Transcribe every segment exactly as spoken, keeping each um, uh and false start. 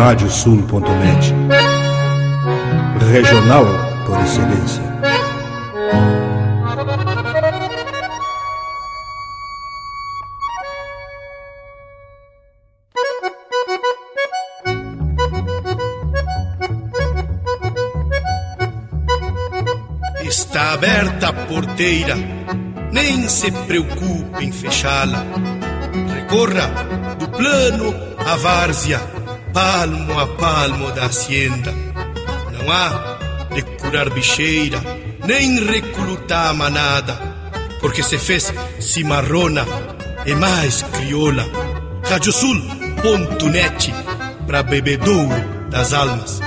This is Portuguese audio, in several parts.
rádio sul ponto net. Regional por excelência. Está aberta a porteira, nem se preocupe em fechá-la. Recorra do plano à várzea, palmo a palmo da hacienda. Não há de curar bicheira, nem recrutar manada, porque se fez cimarrona e mais crioula. rádio sul ponto net, pra bebedouro das almas.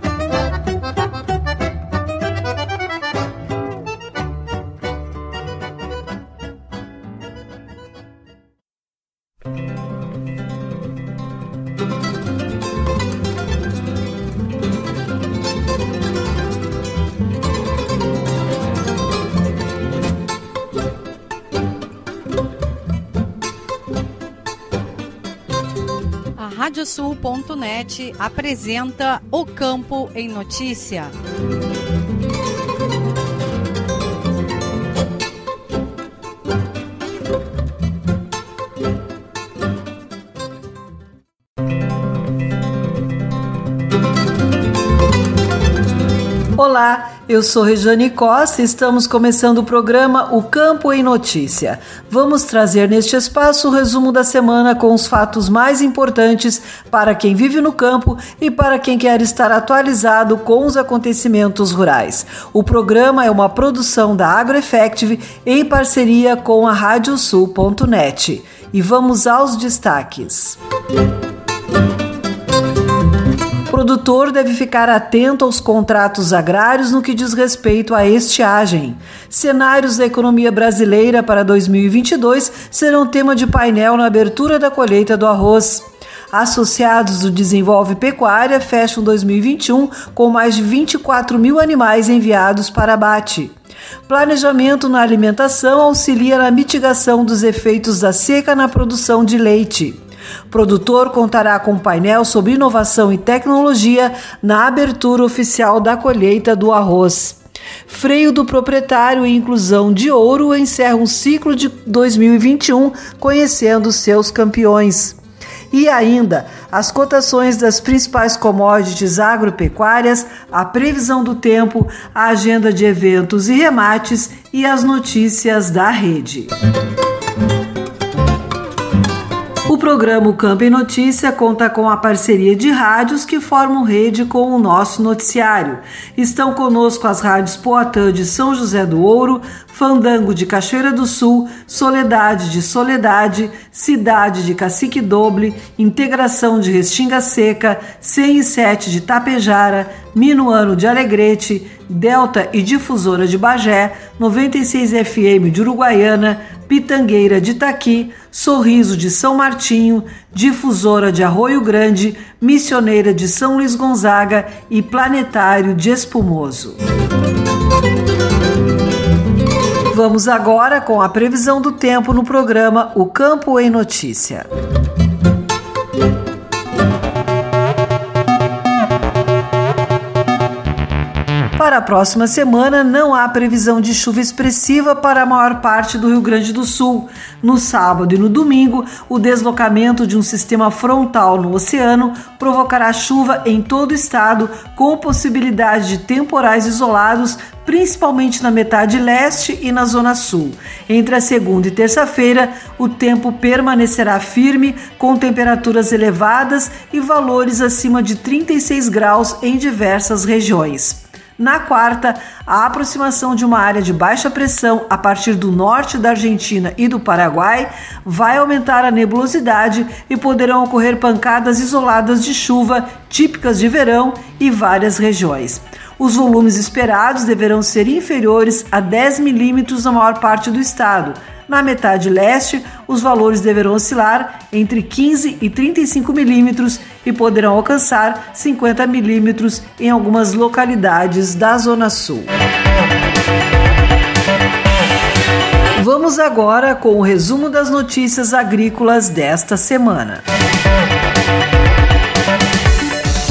rádio sul ponto net apresenta O Campo em Notícia. Olá, eu sou Rejane Costa e estamos começando o programa O Campo em Notícia. Vamos trazer neste espaço o resumo da semana com os fatos mais importantes para quem vive no campo e para quem quer estar atualizado com os acontecimentos rurais. O programa é uma produção da AgroEffective em parceria com a rádio sul ponto net. E vamos aos destaques. O produtor deve ficar atento aos contratos agrários no que diz respeito à estiagem. Cenários da economia brasileira para dois mil e vinte e dois serão tema de painel na abertura da colheita do arroz. Associados do Desenvolve Pecuária fecham dois mil e vinte e um com mais de vinte e quatro mil animais enviados para abate. Planejamento na alimentação auxilia na mitigação dos efeitos da seca na produção de leite. Produtor contará com um painel sobre inovação e tecnologia na abertura oficial da colheita do arroz. Freio do proprietário e inclusão de ouro encerra um ciclo de dois mil e vinte e um, conhecendo seus campeões. E ainda, as cotações das principais commodities agropecuárias, a previsão do tempo, a agenda de eventos e remates e as notícias da rede. O programa O Campo em Notícia conta com a parceria de rádios que formam rede com o nosso noticiário. Estão conosco as rádios Poatã de São José do Ouro, Fandango de Cachoeira do Sul, Soledade de Soledade, Cidade de Cacique Doble, Integração de Restinga Seca, cem e sete de Tapejara, Minuano de Alegrete, Delta e Difusora de Bagé, noventa e seis F M de Uruguaiana, Pitangueira de Itaqui, Sorriso de São Martinho, Difusora de Arroio Grande, Missioneira de São Luís Gonzaga e Planetário de Espumoso. Vamos agora com a previsão do tempo no programa O Campo em Notícia. Para a próxima semana, não há previsão de chuva expressiva para a maior parte do Rio Grande do Sul. No sábado e no domingo, o deslocamento de um sistema frontal no oceano provocará chuva em todo o estado, com possibilidade de temporais isolados, principalmente na metade leste e na zona sul. Entre a segunda e terça-feira, o tempo permanecerá firme, com temperaturas elevadas e valores acima de trinta e seis graus em diversas regiões. Na quarta, a aproximação de uma área de baixa pressão a partir do norte da Argentina e do Paraguai vai aumentar a nebulosidade e poderão ocorrer pancadas isoladas de chuva típicas de verão em várias regiões. Os volumes esperados deverão ser inferiores a dez milímetros na maior parte do estado. Na metade leste, os valores deverão oscilar entre quinze e trinta e cinco milímetros e poderão alcançar cinquenta milímetros em algumas localidades da Zona Sul. Vamos agora com o resumo das notícias agrícolas desta semana.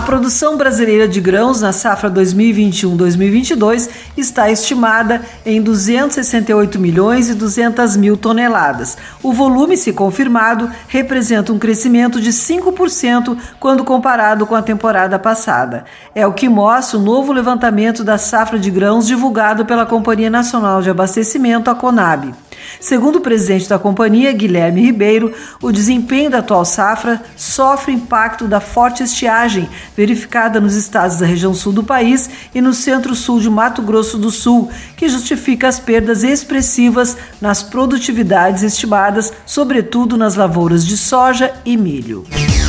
A produção brasileira de grãos na safra dois mil e vinte e um dois mil e vinte e dois está estimada em duzentos e sessenta e oito milhões e duzentas mil toneladas. O volume, se confirmado, representa um crescimento de cinco por cento quando comparado com a temporada passada. É o que mostra o novo levantamento da safra de grãos divulgado pela Companhia Nacional de Abastecimento, a Conab. Segundo o presidente da companhia, Guilherme Ribeiro, o desempenho da atual safra sofre impacto da forte estiagem verificada nos estados da região sul do país e no centro-sul de Mato Grosso do Sul, que justifica as perdas expressivas nas produtividades estimadas, sobretudo nas lavouras de soja e milho.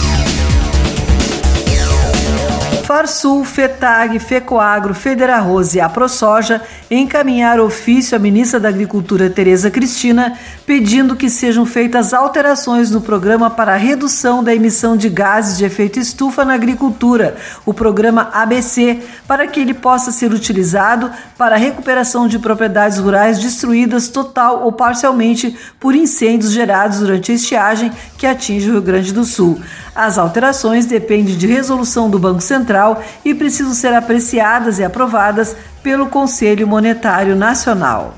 Farsul, FETAG, FECOAGRO, Federarroz e AproSoja encaminharam ofício à ministra da Agricultura, Tereza Cristina, pedindo que sejam feitas alterações no programa para a redução da emissão de gases de efeito estufa na agricultura, o programa A B C, para que ele possa ser utilizado para a recuperação de propriedades rurais destruídas total ou parcialmente por incêndios gerados durante a estiagem que atinge o Rio Grande do Sul. As alterações dependem de resolução do Banco Central e precisam ser apreciadas e aprovadas pelo Conselho Monetário Nacional.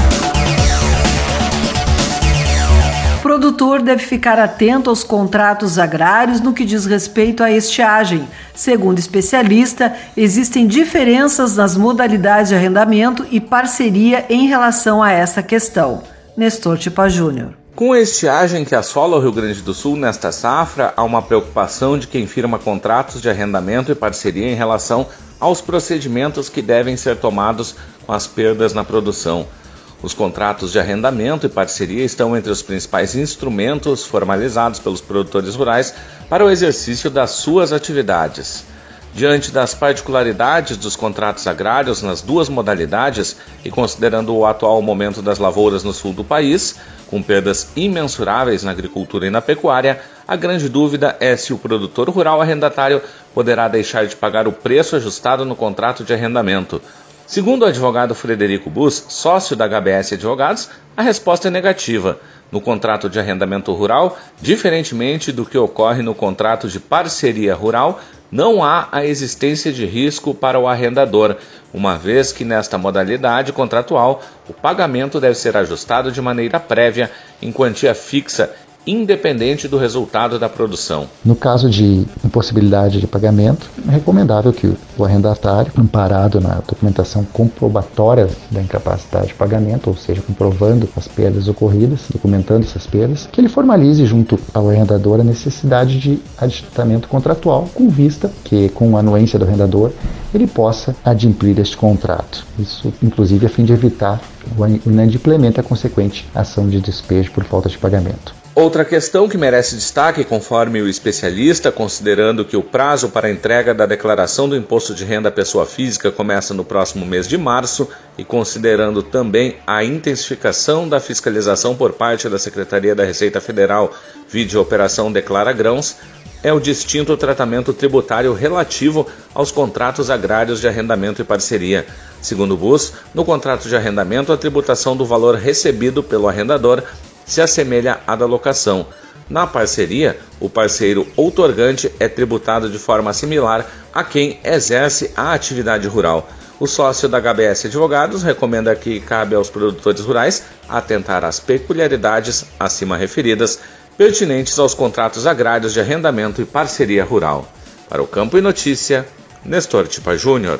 O produtor deve ficar atento aos contratos agrários no que diz respeito à estiagem. Segundo especialista, existem diferenças nas modalidades de arrendamento e parceria em relação a essa questão. Nestor Tipa Júnior. Com a estiagem que assola o Rio Grande do Sul nesta safra, há uma preocupação de quem firma contratos de arrendamento e parceria em relação aos procedimentos que devem ser tomados com as perdas na produção. Os contratos de arrendamento e parceria estão entre os principais instrumentos formalizados pelos produtores rurais para o exercício das suas atividades. Diante das particularidades dos contratos agrários nas duas modalidades e considerando o atual momento das lavouras no sul do país, com perdas imensuráveis na agricultura e na pecuária, a grande dúvida é se o produtor rural arrendatário poderá deixar de pagar o preço ajustado no contrato de arrendamento. Segundo o advogado Frederico Bus, sócio da H B S Advogados, a resposta é negativa. No contrato de arrendamento rural, diferentemente do que ocorre no contrato de parceria rural, não há a existência de risco para o arrendador, uma vez que nesta modalidade contratual o pagamento deve ser ajustado de maneira prévia em quantia fixa, independente do resultado da produção. No caso de impossibilidade de pagamento, é recomendável que o arrendatário, amparado na documentação comprobatória da incapacidade de pagamento, ou seja, comprovando as perdas ocorridas, documentando essas perdas, que ele formalize junto ao arrendador a necessidade de aditamento contratual, com vista que, com a anuência do arrendador, ele possa adimplir este contrato. Isso, inclusive, a fim de evitar o inadimplemento e a consequente ação de despejo por falta de pagamento. Outra questão que merece destaque, conforme o especialista, considerando que o prazo para a entrega da declaração do imposto de renda à pessoa física começa no próximo mês de março e considerando também a intensificação da fiscalização por parte da Secretaria da Receita Federal, vide Operação Declara Grãos, é o distinto tratamento tributário relativo aos contratos agrários de arrendamento e parceria. Segundo o Bus, no contrato de arrendamento, a tributação do valor recebido pelo arrendador se assemelha à da locação. Na parceria, o parceiro outorgante é tributado de forma similar a quem exerce a atividade rural. O sócio da H B S Advogados recomenda que cabe aos produtores rurais atentar às peculiaridades acima referidas, pertinentes aos contratos agrários de arrendamento e parceria rural. Para o Campo e Notícia, Nestor Tipa Júnior.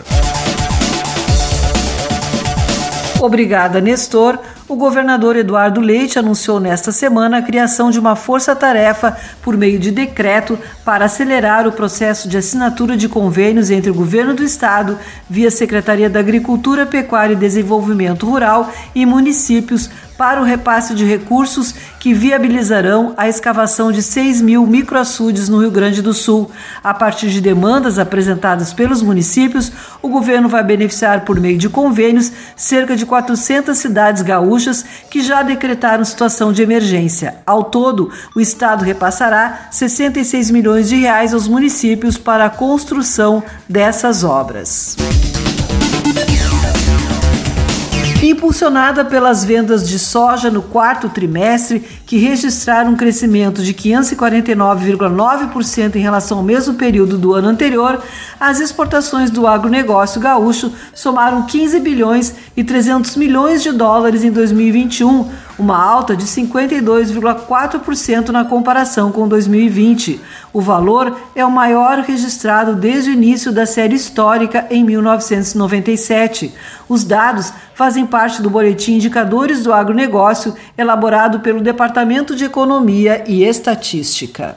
Obrigada, Nestor. O governador Eduardo Leite anunciou nesta semana a criação de uma força-tarefa por meio de decreto para acelerar o processo de assinatura de convênios entre o governo do estado, via Secretaria da Agricultura, Pecuária e Desenvolvimento Rural e municípios, para o repasse de recursos que viabilizarão a escavação de seis mil microaçudes no Rio Grande do Sul. A partir de demandas apresentadas pelos municípios, o governo vai beneficiar por meio de convênios cerca de quatrocentas cidades gaúchas que já decretaram situação de emergência. Ao todo, o estado repassará sessenta e seis milhões de reais aos municípios para a construção dessas obras. Impulsionada pelas vendas de soja no quarto trimestre, que registraram um crescimento de quinhentos e quarenta e nove vírgula nove por cento em relação ao mesmo período do ano anterior, as exportações do agronegócio gaúcho somaram quinze bilhões e trezentos milhões de dólares em dois mil e vinte e um, uma alta de cinquenta e dois vírgula quatro por cento na comparação com dois mil e vinte. O valor é o maior registrado desde o início da série histórica em mil novecentos e noventa e sete. Os dados fazem parte do Boletim Indicadores do Agronegócio, elaborado pelo Departamento de Economia e Estatística.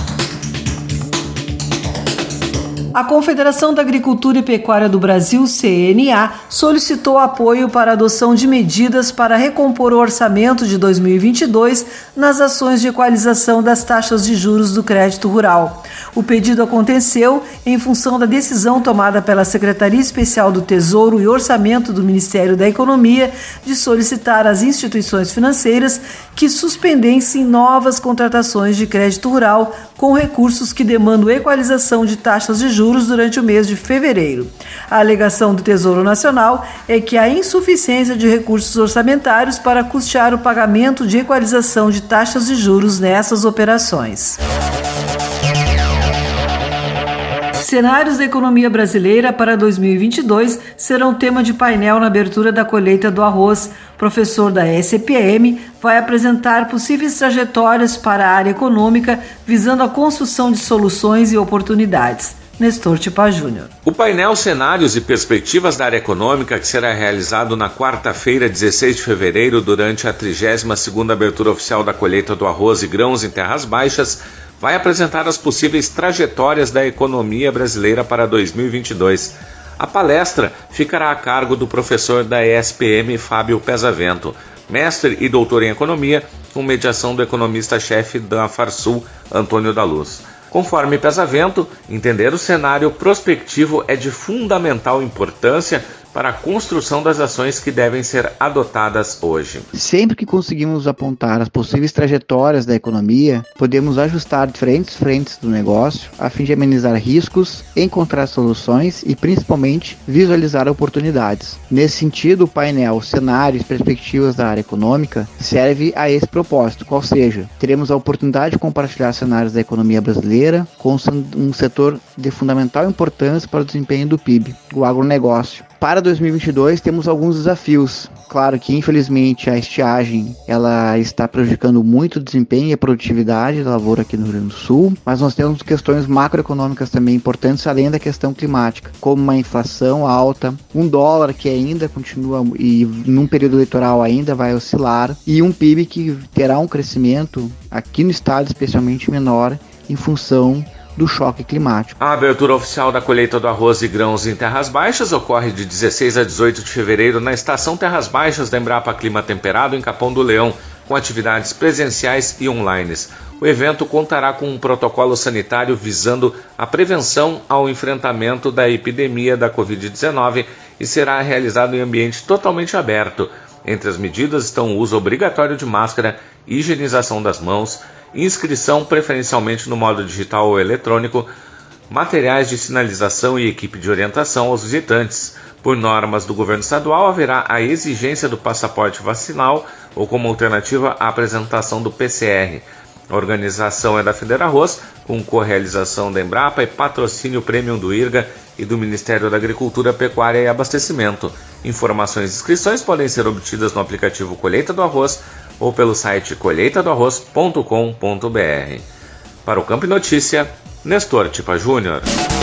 A Confederação da Agricultura e Pecuária do Brasil, C N A, solicitou apoio para a adoção de medidas para recompor o orçamento de dois mil e vinte e dois nas ações de equalização das taxas de juros do crédito rural. O pedido aconteceu em função da decisão tomada pela Secretaria Especial do Tesouro e Orçamento do Ministério da Economia de solicitar às instituições financeiras que suspendessem novas contratações de crédito rural com recursos que demandam equalização de taxas de juros durante o mês de fevereiro. A alegação do Tesouro Nacional é que há insuficiência de recursos orçamentários para custear o pagamento de equalização de taxas de juros nessas operações. Cenários da economia brasileira para dois mil e vinte e dois serão tema de painel na abertura da colheita do arroz. Professor da S P M vai apresentar possíveis trajetórias para a área econômica, visando a construção de soluções e oportunidades. Nestor Tipa Júnior. O painel Cenários e Perspectivas da Área Econômica, que será realizado na quarta-feira, dezesseis de fevereiro, durante a trigésima segunda abertura oficial da colheita do arroz e grãos em terras baixas, vai apresentar as possíveis trajetórias da economia brasileira para dois mil e vinte e dois. A palestra ficará a cargo do professor da E S P M, Fábio Pesavento, mestre e doutor em economia, com mediação do economista-chefe da Farsul, Antônio da Luz. Conforme Pesavento, entender o cenário prospectivo é de fundamental importância para a construção das ações que devem ser adotadas hoje. Sempre que conseguimos apontar as possíveis trajetórias da economia, podemos ajustar diferentes frentes do negócio a fim de amenizar riscos, encontrar soluções e, principalmente, visualizar oportunidades. Nesse sentido, o painel Cenários e Perspectivas da Área Econômica serve a esse propósito, qual seja, teremos a oportunidade de compartilhar cenários da economia brasileira com um setor de fundamental importância para o desempenho do P I B, o agronegócio. Para dois mil e vinte e dois temos alguns desafios. Claro que infelizmente a estiagem ela está prejudicando muito o desempenho e a produtividade da lavoura aqui no Rio Grande do Sul, mas nós temos questões macroeconômicas também importantes além da questão climática, como uma inflação alta, um dólar que ainda continua e num período eleitoral ainda vai oscilar e um P I B que terá um crescimento aqui no estado especialmente menor em função do choque climático. A abertura oficial da colheita do arroz e grãos em Terras Baixas ocorre de dezesseis a dezoito de fevereiro na Estação Terras Baixas da Embrapa Clima Temperado, em Capão do Leão, com atividades presenciais e online. O evento contará com um protocolo sanitário visando a prevenção ao enfrentamento da epidemia da covid dezenove e será realizado em ambiente totalmente aberto. Entre as medidas estão o uso obrigatório de máscara, higienização das mãos, inscrição preferencialmente no modo digital ou eletrônico, materiais de sinalização e equipe de orientação aos visitantes. Por normas do governo estadual, haverá a exigência do passaporte vacinal ou como alternativa a apresentação do P C R. A organização é da Federarroz, com correalização da Embrapa e patrocínio premium do IRGA e do Ministério da Agricultura, Pecuária e Abastecimento. Informações e inscrições podem ser obtidas no aplicativo Colheita do Arroz ou pelo site colheita do arroz ponto com ponto b r. Para o Campo Notícia, Nestor Tipa Júnior.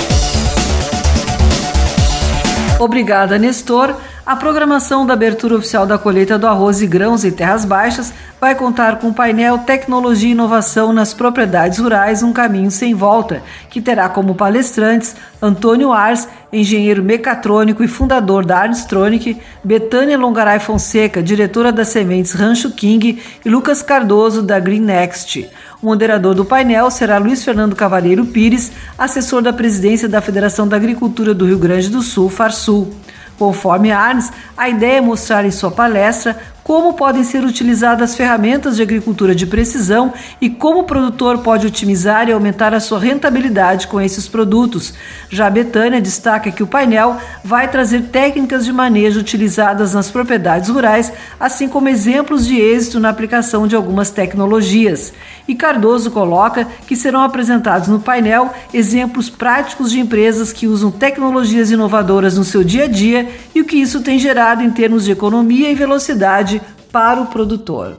Obrigada, Nestor. A programação da abertura oficial da colheita do arroz e grãos em Terras Baixas vai contar com o painel Tecnologia e Inovação nas Propriedades Rurais, um caminho sem volta, que terá como palestrantes Antônio Ars, engenheiro mecatrônico e fundador da Armstronic, Betânia Longaray Fonseca, diretora das sementes Rancho King, e Lucas Cardoso, da Green Next. O moderador do painel será Luiz Fernando Cavalheiro Pires, assessor da presidência da Federação da Agricultura do Rio Grande do Sul, Farsul. Conforme a Arnes, a ideia é mostrar em sua palestra como podem ser utilizadas ferramentas de agricultura de precisão e como o produtor pode otimizar e aumentar a sua rentabilidade com esses produtos. Já a Betânia destaca que o painel vai trazer técnicas de manejo utilizadas nas propriedades rurais, assim como exemplos de êxito na aplicação de algumas tecnologias. E Cardoso coloca que serão apresentados no painel exemplos práticos de empresas que usam tecnologias inovadoras no seu dia a dia e o que isso tem gerado em termos de economia e velocidade para o produtor.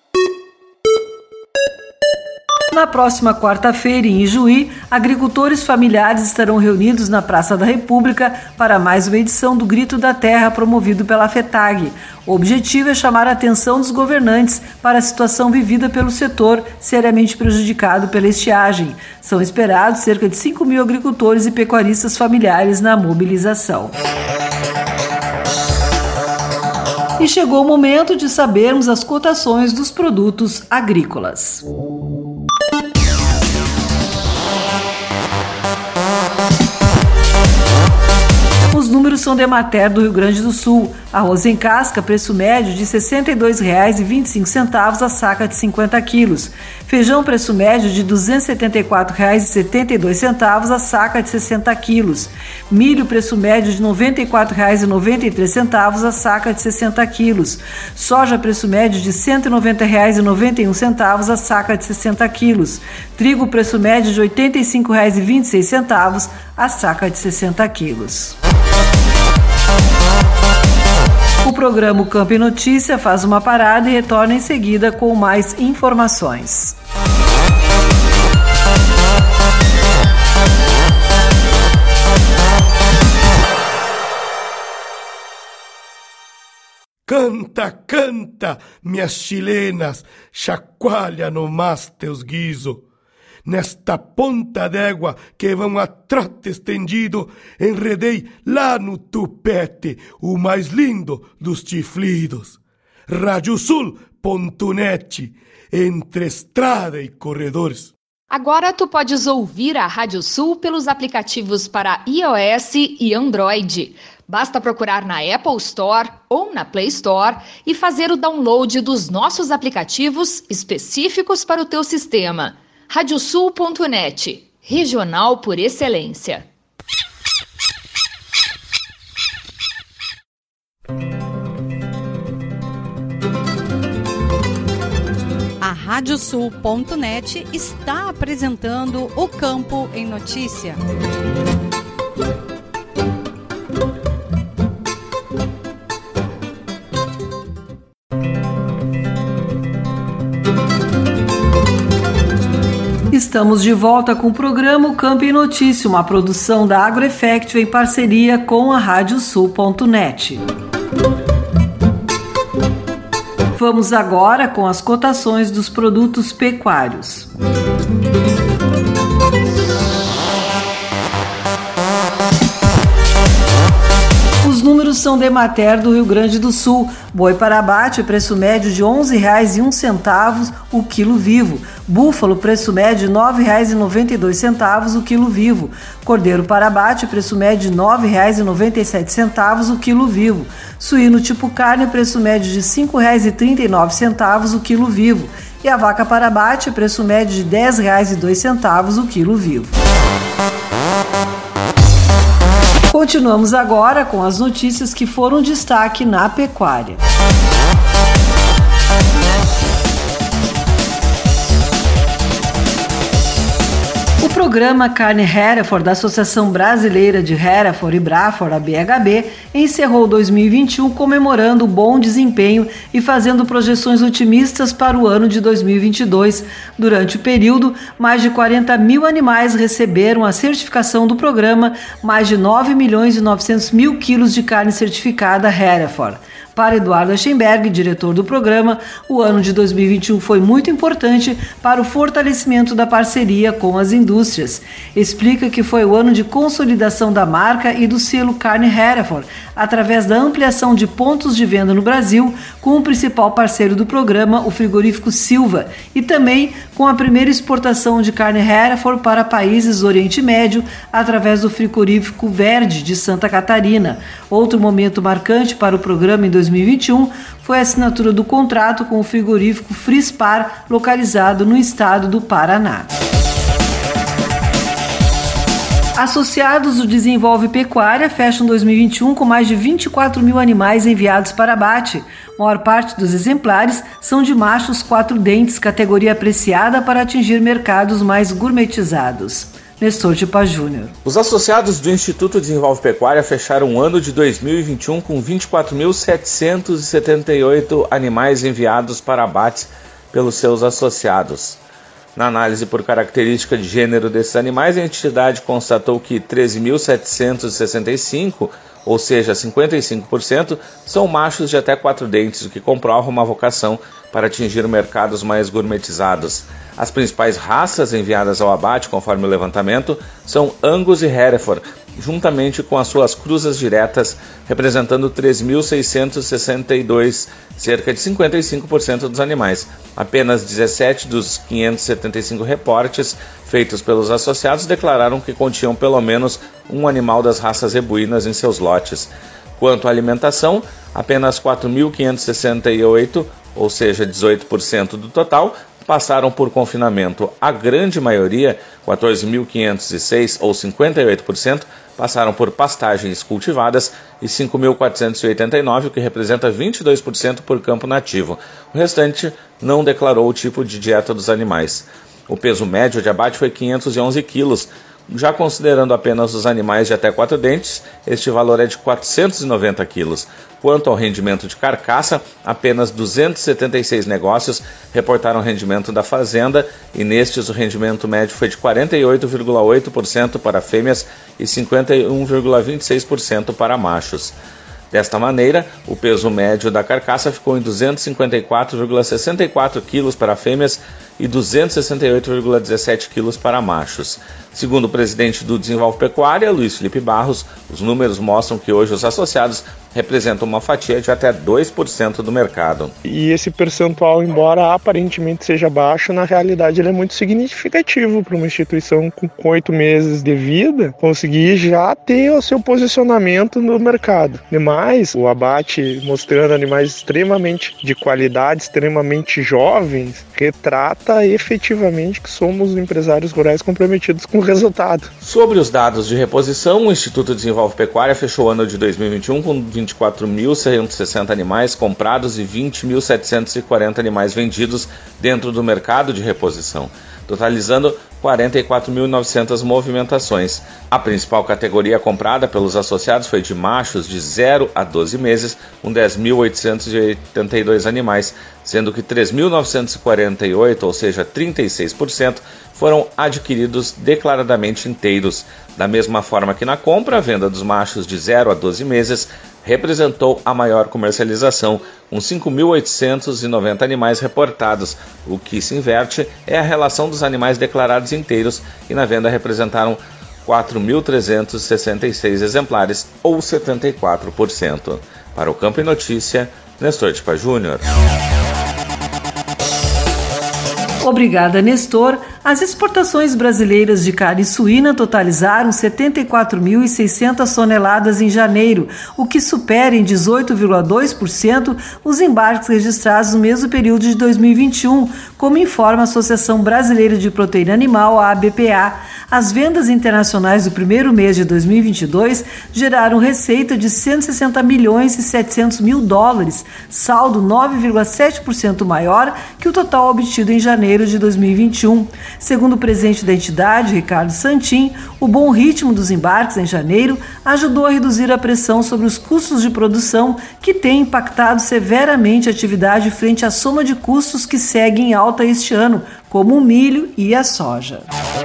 Na próxima quarta-feira, em Ijuí, agricultores familiares estarão reunidos na Praça da República para mais uma edição do Grito da Terra promovido pela FETAG. O objetivo é chamar a atenção dos governantes para a situação vivida pelo setor seriamente prejudicado pela estiagem. São esperados cerca de cinco mil agricultores e pecuaristas familiares na mobilização. E chegou o momento de sabermos as cotações dos produtos agrícolas. Os números são da Emater do Rio Grande do Sul. Arroz em casca, preço médio de sessenta e dois reais e vinte e cinco centavos a saca de cinquenta quilos. Feijão, preço médio de duzentos e setenta e quatro reais e setenta e dois centavos a saca de sessenta quilos. Milho, preço médio de noventa e quatro reais e noventa e três centavos a saca de sessenta quilos. Soja, preço médio de cento e noventa reais e noventa e um centavos a saca de sessenta quilos. Trigo, preço médio de oitenta e cinco reais e vinte e seis centavos a saca de sessenta quilos. O programa Campo e Notícia faz uma parada e retorna em seguida com mais informações. Canta, canta, minhas chilenas, chacoalha no mas teus guiso. Nesta ponta d'égua que vão a trote estendido, enredei lá no tupete o mais lindo dos chiflidos. radiosul ponto net, entre estrada e corredores. Agora tu podes ouvir a Rádio Sul pelos aplicativos para iOS e Android. Basta procurar na Apple Store ou na Play Store e fazer o download dos nossos aplicativos específicos para o teu sistema. radiosul ponto net, regional por excelência. A radiosul ponto net está apresentando o Campo em Notícia. Estamos de volta com o programa Campo e Notícia, uma produção da AgroEffect em parceria com a radiosul ponto net. Vamos agora com as cotações dos produtos pecuários. Os números são da Emater do Rio Grande do Sul. Boi para abate, preço médio de onze reais e um centavo o quilo vivo. Búfalo, preço médio de nove reais e noventa e dois centavos o quilo vivo. Cordeiro para abate, preço médio de nove reais e noventa e sete centavos o quilo vivo. Suíno tipo carne, preço médio de cinco reais e trinta e nove centavos o quilo vivo. E a vaca para abate, preço médio de dez reais e dois centavos o quilo vivo. Continuamos agora com as notícias que foram destaque na pecuária. O programa Carne Hereford da Associação Brasileira de Hereford e Braford, a B H B, encerrou dois mil e vinte e um comemorando o bom desempenho e fazendo projeções otimistas para o ano de dois mil e vinte e dois. Durante o período, mais de quarenta mil animais receberam a certificação do programa, mais de nove milhões e novecentos mil quilos de carne certificada Hereford. Para Eduardo Eschenberg, diretor do programa, o ano de dois mil e vinte e um foi muito importante para o fortalecimento da parceria com as indústrias. Explica que foi o ano de consolidação da marca e do selo Carne Hereford, através da ampliação de pontos de venda no Brasil, com o principal parceiro do programa, o frigorífico Silva, e também com a primeira exportação de carne Hereford para países do Oriente Médio, através do frigorífico Verde de Santa Catarina. Outro momento marcante para o programa em dois mil e vinte e um dois mil e vinte e um foi a assinatura do contrato com o frigorífico Frispar, localizado no estado do Paraná. Associados do Desenvolve Pecuária fecham dois mil e vinte e um com mais de vinte e quatro mil animais enviados para abate. A maior parte dos exemplares são de machos quatro dentes, categoria apreciada para atingir mercados mais gourmetizados. Nestor Tipa Júnior. Os associados do Instituto Desenvolve Pecuária fecharam o ano de dois mil e vinte e um com vinte e quatro mil setecentos e setenta e oito animais enviados para abate pelos seus associados. Na análise por característica de gênero desses animais, a entidade constatou que treze mil setecentos e sessenta e cinco, ou seja, cinquenta e cinco por cento, são machos de até quatro dentes, o que comprova uma vocação para atingir mercados mais gourmetizados. As principais raças enviadas ao abate, conforme o levantamento, são Angus e Hereford, juntamente com as suas cruzas diretas, representando três mil seiscentos e sessenta e dois, cerca de cinquenta e cinco por cento dos animais. Apenas dezessete dos quinhentos e setenta e cinco reportes feitos pelos associados declararam que continham pelo menos um animal das raças zebuínas em seus lotes. Quanto à alimentação, apenas quatro mil quinhentos e sessenta e oito, ou seja, dezoito por cento do total, passaram por confinamento. A grande maioria, quatorze mil quinhentos e seis, ou cinquenta e oito por cento, passaram por pastagens cultivadas e cinco mil quatrocentos e oitenta e nove, o que representa vinte e dois por cento por campo nativo. O restante não declarou o tipo de dieta dos animais. O peso médio de abate foi quinhentos e onze quilos. Já considerando apenas os animais de até quatro dentes, este valor é de quatrocentos e noventa quilos. Quanto ao rendimento de carcaça, apenas duzentos e setenta e seis negócios reportaram rendimento da fazenda e nestes o rendimento médio foi de quarenta e oito vírgula oito por cento para fêmeas e cinquenta e um vírgula vinte e seis por cento para machos. Desta maneira, o peso médio da carcaça ficou em duzentos e cinquenta e quatro vírgula sessenta e quatro quilos para fêmeas e duzentos e sessenta e oito vírgula dezessete quilos para machos. Segundo o presidente do Desenvolve Pecuária, Luiz Felipe Barros, os números mostram que hoje os associados representam uma fatia de até dois por cento do mercado. E esse percentual, embora aparentemente seja baixo, na realidade ele é muito significativo para uma instituição com oito meses de vida conseguir já ter o seu posicionamento no mercado. Demais, o abate mostrando animais extremamente de qualidade, extremamente jovens, retrata efetivamente que somos empresários rurais comprometidos com o resultado. Sobre os dados de reposição, o Instituto Desenvolve Pecuária fechou o ano de dois mil e vinte e um com vinte e quatro mil seiscentos e sessenta animais comprados e vinte mil setecentos e quarenta animais vendidos dentro do mercado de reposição, totalizando quarenta e quatro mil e novecentas movimentações. A principal categoria comprada pelos associados foi de machos de zero a doze meses, com dez mil oitocentos e oitenta e dois animais, sendo que três mil novecentos e quarenta e oito, ou seja, trinta e seis por cento, foram adquiridos declaradamente inteiros. Da mesma forma que na compra, a venda dos machos de zero a doze meses representou a maior comercialização, com cinco mil oitocentos e noventa animais reportados. O que se inverte é a relação dos animais declarados inteiros, que na venda representaram quatro mil trezentos e sessenta e seis exemplares, ou setenta e quatro por cento. Para o Campo e Notícia, Nestor Tipa Júnior. Obrigada, Nestor. As exportações brasileiras de carne suína totalizaram setenta e quatro mil e seiscentas toneladas em janeiro, o que supera em dezoito vírgula dois por cento os embarques registrados no mesmo período de dois mil e vinte e um, como informa a Associação Brasileira de Proteína Animal, a A B P A. As vendas internacionais do primeiro mês de dois mil e vinte e dois geraram receita de cento e sessenta milhões e setecentos mil dólares, saldo nove vírgula sete por cento maior que o total obtido em janeiro de dois mil e vinte e um. Segundo o presidente da entidade, Ricardo Santin, o bom ritmo dos embarques em janeiro ajudou a reduzir a pressão sobre os custos de produção, que tem impactado severamente a atividade frente à soma de custos que segue em alta este ano, como o milho e a soja.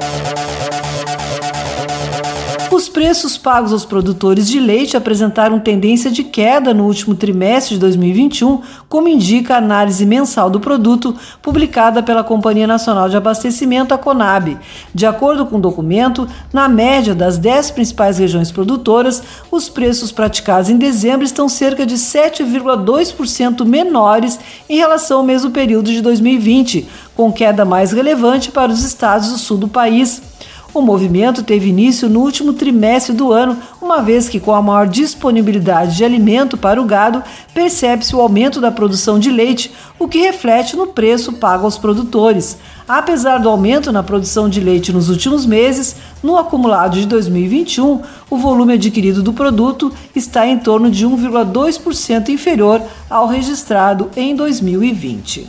Os preços pagos aos produtores de leite apresentaram tendência de queda no último trimestre de dois mil e vinte e um, como indica a análise mensal do produto publicada pela Companhia Nacional de Abastecimento, a Conab. De acordo com o documento, na média das dez principais regiões produtoras, os preços praticados em dezembro estão cerca de sete vírgula dois por cento menores em relação ao mesmo período de dois mil e vinte, com queda mais relevante para os estados do sul do país. O movimento teve início no último trimestre do ano, uma vez que, com a maior disponibilidade de alimento para o gado, percebe-se o aumento da produção de leite, o que reflete no preço pago aos produtores. Apesar do aumento na produção de leite nos últimos meses, no acumulado de dois mil e vinte e um, o volume adquirido do produto está em torno de um vírgula dois por cento inferior ao registrado em dois mil e vinte.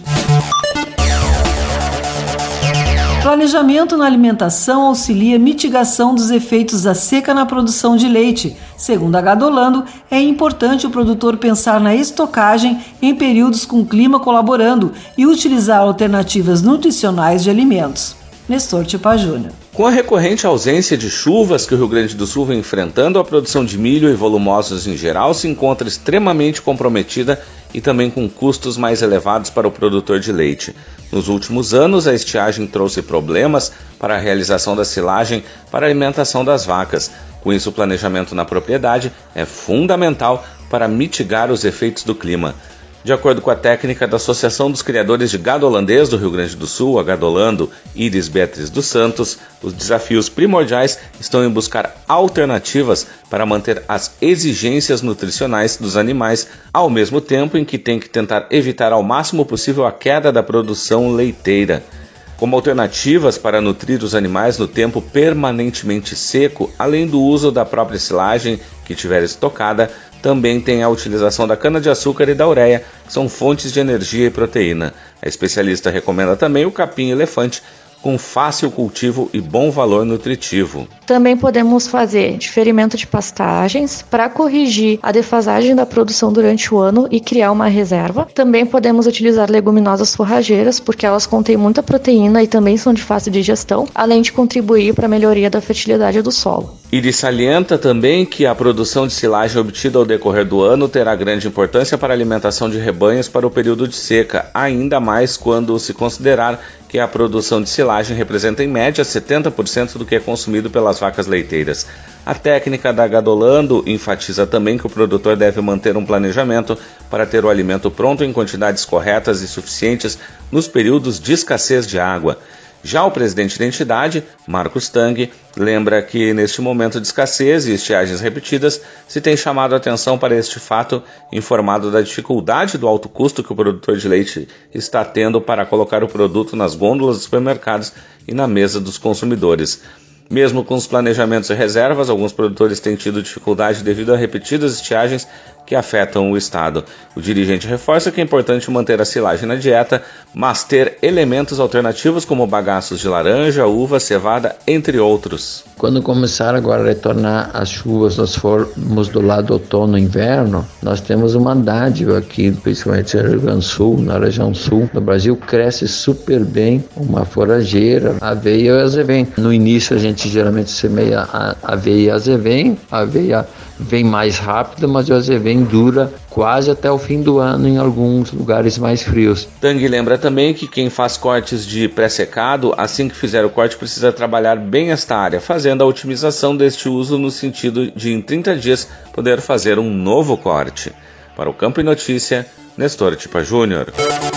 Planejamento na alimentação auxilia mitigação dos efeitos da seca na produção de leite. Segundo a Gadolando, é importante o produtor pensar na estocagem em períodos com clima colaborando e utilizar alternativas nutricionais de alimentos. Nestor Tipa Júnior. Com a recorrente ausência de chuvas que o Rio Grande do Sul vem enfrentando, a produção de milho e volumosos em geral se encontra extremamente comprometida e também com custos mais elevados para o produtor de leite. Nos últimos anos, a estiagem trouxe problemas para a realização da silagem para a alimentação das vacas. Com isso, o planejamento na propriedade é fundamental para mitigar os efeitos do clima. De acordo com a técnica da Associação dos Criadores de Gado Holandês do Rio Grande do Sul, a Gadolando, Iris Beatriz dos Santos, os desafios primordiais estão em buscar alternativas para manter as exigências nutricionais dos animais, ao mesmo tempo em que tem que tentar evitar ao máximo possível a queda da produção leiteira. Como alternativas para nutrir os animais no tempo permanentemente seco, além do uso da própria silagem que tiver estocada, também tem a utilização da cana-de-açúcar e da ureia, que são fontes de energia e proteína. A especialista recomenda também o capim-elefante, com fácil cultivo e bom valor nutritivo. Também podemos fazer diferimento de pastagens para corrigir a defasagem da produção durante o ano e criar uma reserva. Também podemos utilizar leguminosas forrageiras, porque elas contêm muita proteína e também são de fácil digestão, além de contribuir para a melhoria da fertilidade do solo. Ele salienta também que a produção de silagem obtida ao decorrer do ano terá grande importância para a alimentação de rebanhos para o período de seca, ainda mais quando se considerar que a produção de silagem representa em média setenta por cento do que é consumido pelas vacas leiteiras. A técnica da Gadolando enfatiza também que o produtor deve manter um planejamento para ter o alimento pronto em quantidades corretas e suficientes nos períodos de escassez de água. Já o presidente da entidade, Marcos Tang, lembra que neste momento de escassez e estiagens repetidas, se tem chamado a atenção para este fato, informado da dificuldade do alto custo que o produtor de leite está tendo para colocar o produto nas gôndolas dos supermercados e na mesa dos consumidores. Mesmo com os planejamentos e reservas, alguns produtores têm tido dificuldade devido a repetidas estiagens que afetam o estado. O dirigente reforça que é importante manter a silagem na dieta, mas ter elementos alternativos como bagaços de laranja, uva, cevada, entre outros. Quando começar agora a retornar as chuvas, nós formos do lado outono e inverno, nós temos uma dádiva aqui, principalmente no Rio Grande do Sul, na região sul do Brasil, cresce super bem uma forageira, aveia e azevém. No início a gente geralmente semeia a aveia e azevém, a aveia vem mais rápido, mas o azevém dura quase até o fim do ano em alguns lugares mais frios. Tang lembra também que quem faz cortes de pré-secado, assim que fizer o corte, precisa trabalhar bem esta área, fazendo a otimização deste uso no sentido de em trinta dias poder fazer um novo corte. Para o Campo e Notícia, Nestor Tipa Júnior.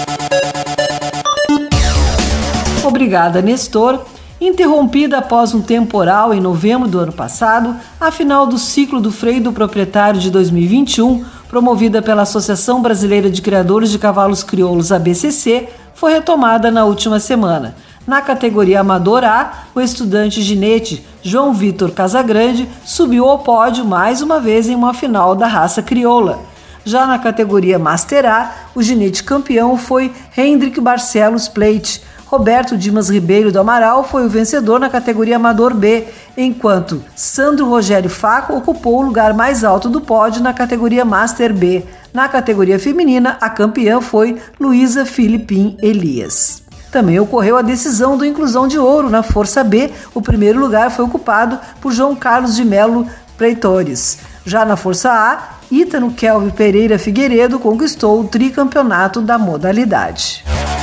Obrigada, Nestor. Interrompida após um temporal em novembro do ano passado, a final do ciclo do freio do proprietário de dois mil e vinte e um, promovida pela Associação Brasileira de Criadores de Cavalos Crioulos, A B C C, foi retomada na última semana. Na categoria Amador A, o estudante ginete João Vitor Casagrande subiu ao pódio mais uma vez em uma final da raça crioula. Já na categoria Master A, o ginete campeão foi Hendrik Barcelos Plate. Roberto Dimas Ribeiro do Amaral foi o vencedor na categoria Amador B, enquanto Sandro Rogério Faco ocupou o lugar mais alto do pódio na categoria Master B. Na categoria feminina, a campeã foi Luísa Filipim Elias. Também ocorreu a decisão do Inclusão de Ouro na Força B. O primeiro lugar foi ocupado por João Carlos de Melo Preitores. Já na Força A, Ítano Kelvin Pereira Figueiredo conquistou o tricampeonato da modalidade.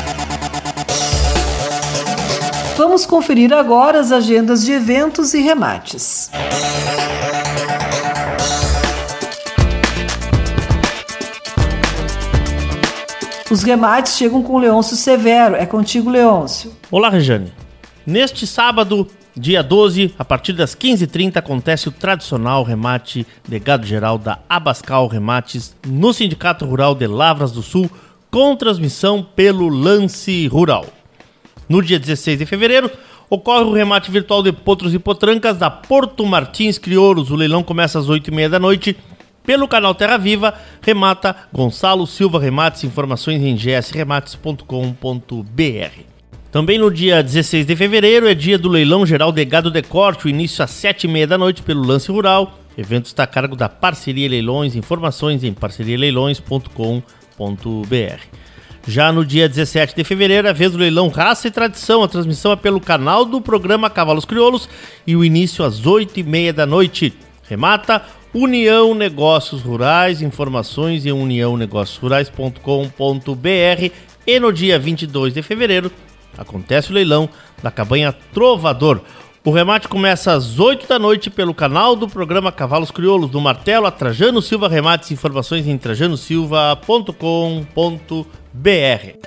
Vamos conferir agora as agendas de eventos e remates. Os remates chegam com Leôncio Severo. É contigo, Leôncio. Olá, Rejane. Neste sábado, dia doze, a partir das quinze e trinta, acontece o tradicional remate de gado geral da Abascal Remates no Sindicato Rural de Lavras do Sul, com transmissão pelo Lance Rural. No dia dezesseis de fevereiro, ocorre o remate virtual de potros e potrancas da Porto Martins Crioulos. O leilão começa às oito e meia da noite. Pelo canal Terra Viva, remata Gonçalo Silva Remates. Informações em g s remates ponto com ponto b r. Também no dia dezesseis de fevereiro é dia do leilão geral de gado de corte, o início às sete e meia da noite pelo Lance Rural. O evento está a cargo da Parceria Leilões, informações em parceria leilões ponto com ponto b r. Já no dia dezessete de fevereiro é a vez do leilão Raça e Tradição, a transmissão é pelo canal do programa Cavalos Crioulos e o início às oito e meia da noite. Remata União Negócios Rurais, informações em união negócios rurais ponto com ponto b r. E no dia vinte e dois de fevereiro acontece o leilão da cabanha Trovador. O remate começa às oito da noite pelo canal do programa Cavalos Crioulos, do Martelo a Trajano Silva Remates. Informações em trajano silva ponto com ponto b r.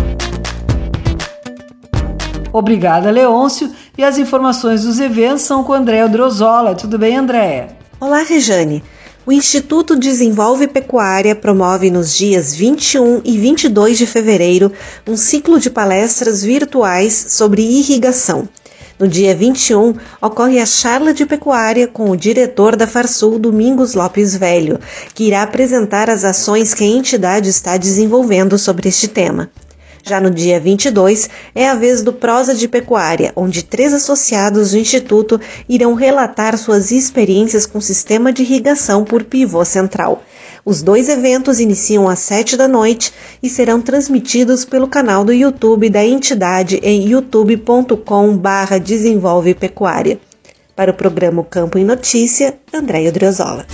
Obrigada, Leôncio. E as informações dos eventos são com Andréa Drozola. Tudo bem, Andréa? Olá, Rejane. O Instituto Desenvolve Pecuária promove nos dias vinte e um e vinte e dois de fevereiro um ciclo de palestras virtuais sobre irrigação. No dia vinte e um, ocorre a charla de pecuária com o diretor da Farsul, Domingos Lopes Velho, que irá apresentar as ações que a entidade está desenvolvendo sobre este tema. Já no dia vinte e dois, é a vez do Prosa de Pecuária, onde três associados do Instituto irão relatar suas experiências com o sistema de irrigação por pivô central. Os dois eventos iniciam às sete da noite e serão transmitidos pelo canal do YouTube da entidade em youtube ponto com barra desenvolve pecuária. Para o programa Campo em Notícia, Andréa Driozola.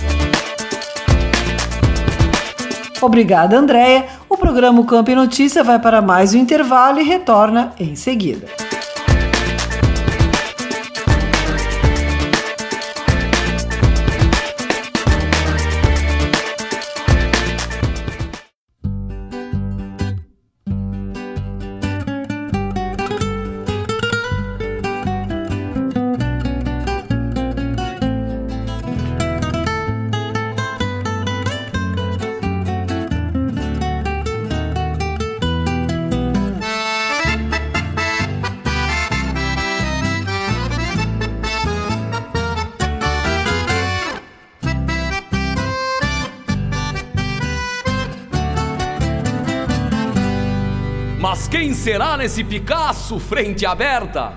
Obrigada, Andréia. O programa Campo em Notícia vai para mais um intervalo e retorna em seguida. Mas quem será nesse Picasso frente aberta?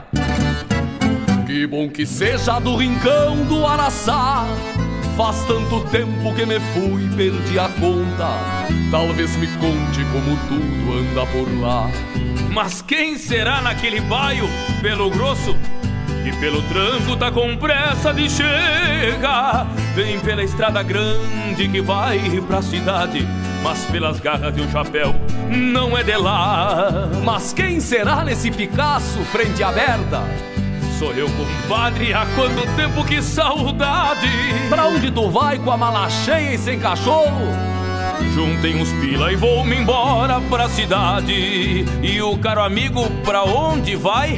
Que bom que seja do rincão do Araçá. Faz tanto tempo que me fui, perdi a conta. Talvez me conte como tudo anda por lá. Mas quem será naquele baio pelo grosso? E pelo tranco tá com pressa de chegar. Vem pela estrada grande que vai pra cidade, mas pelas garras de um chapéu não é de lá. Mas quem será nesse Picasso frente aberta? Sou eu, compadre, há quanto tempo, que saudade. Pra onde tu vai com a mala cheia e sem cachorro? Juntei uns pila e vou-me embora pra cidade. E o caro amigo pra onde vai?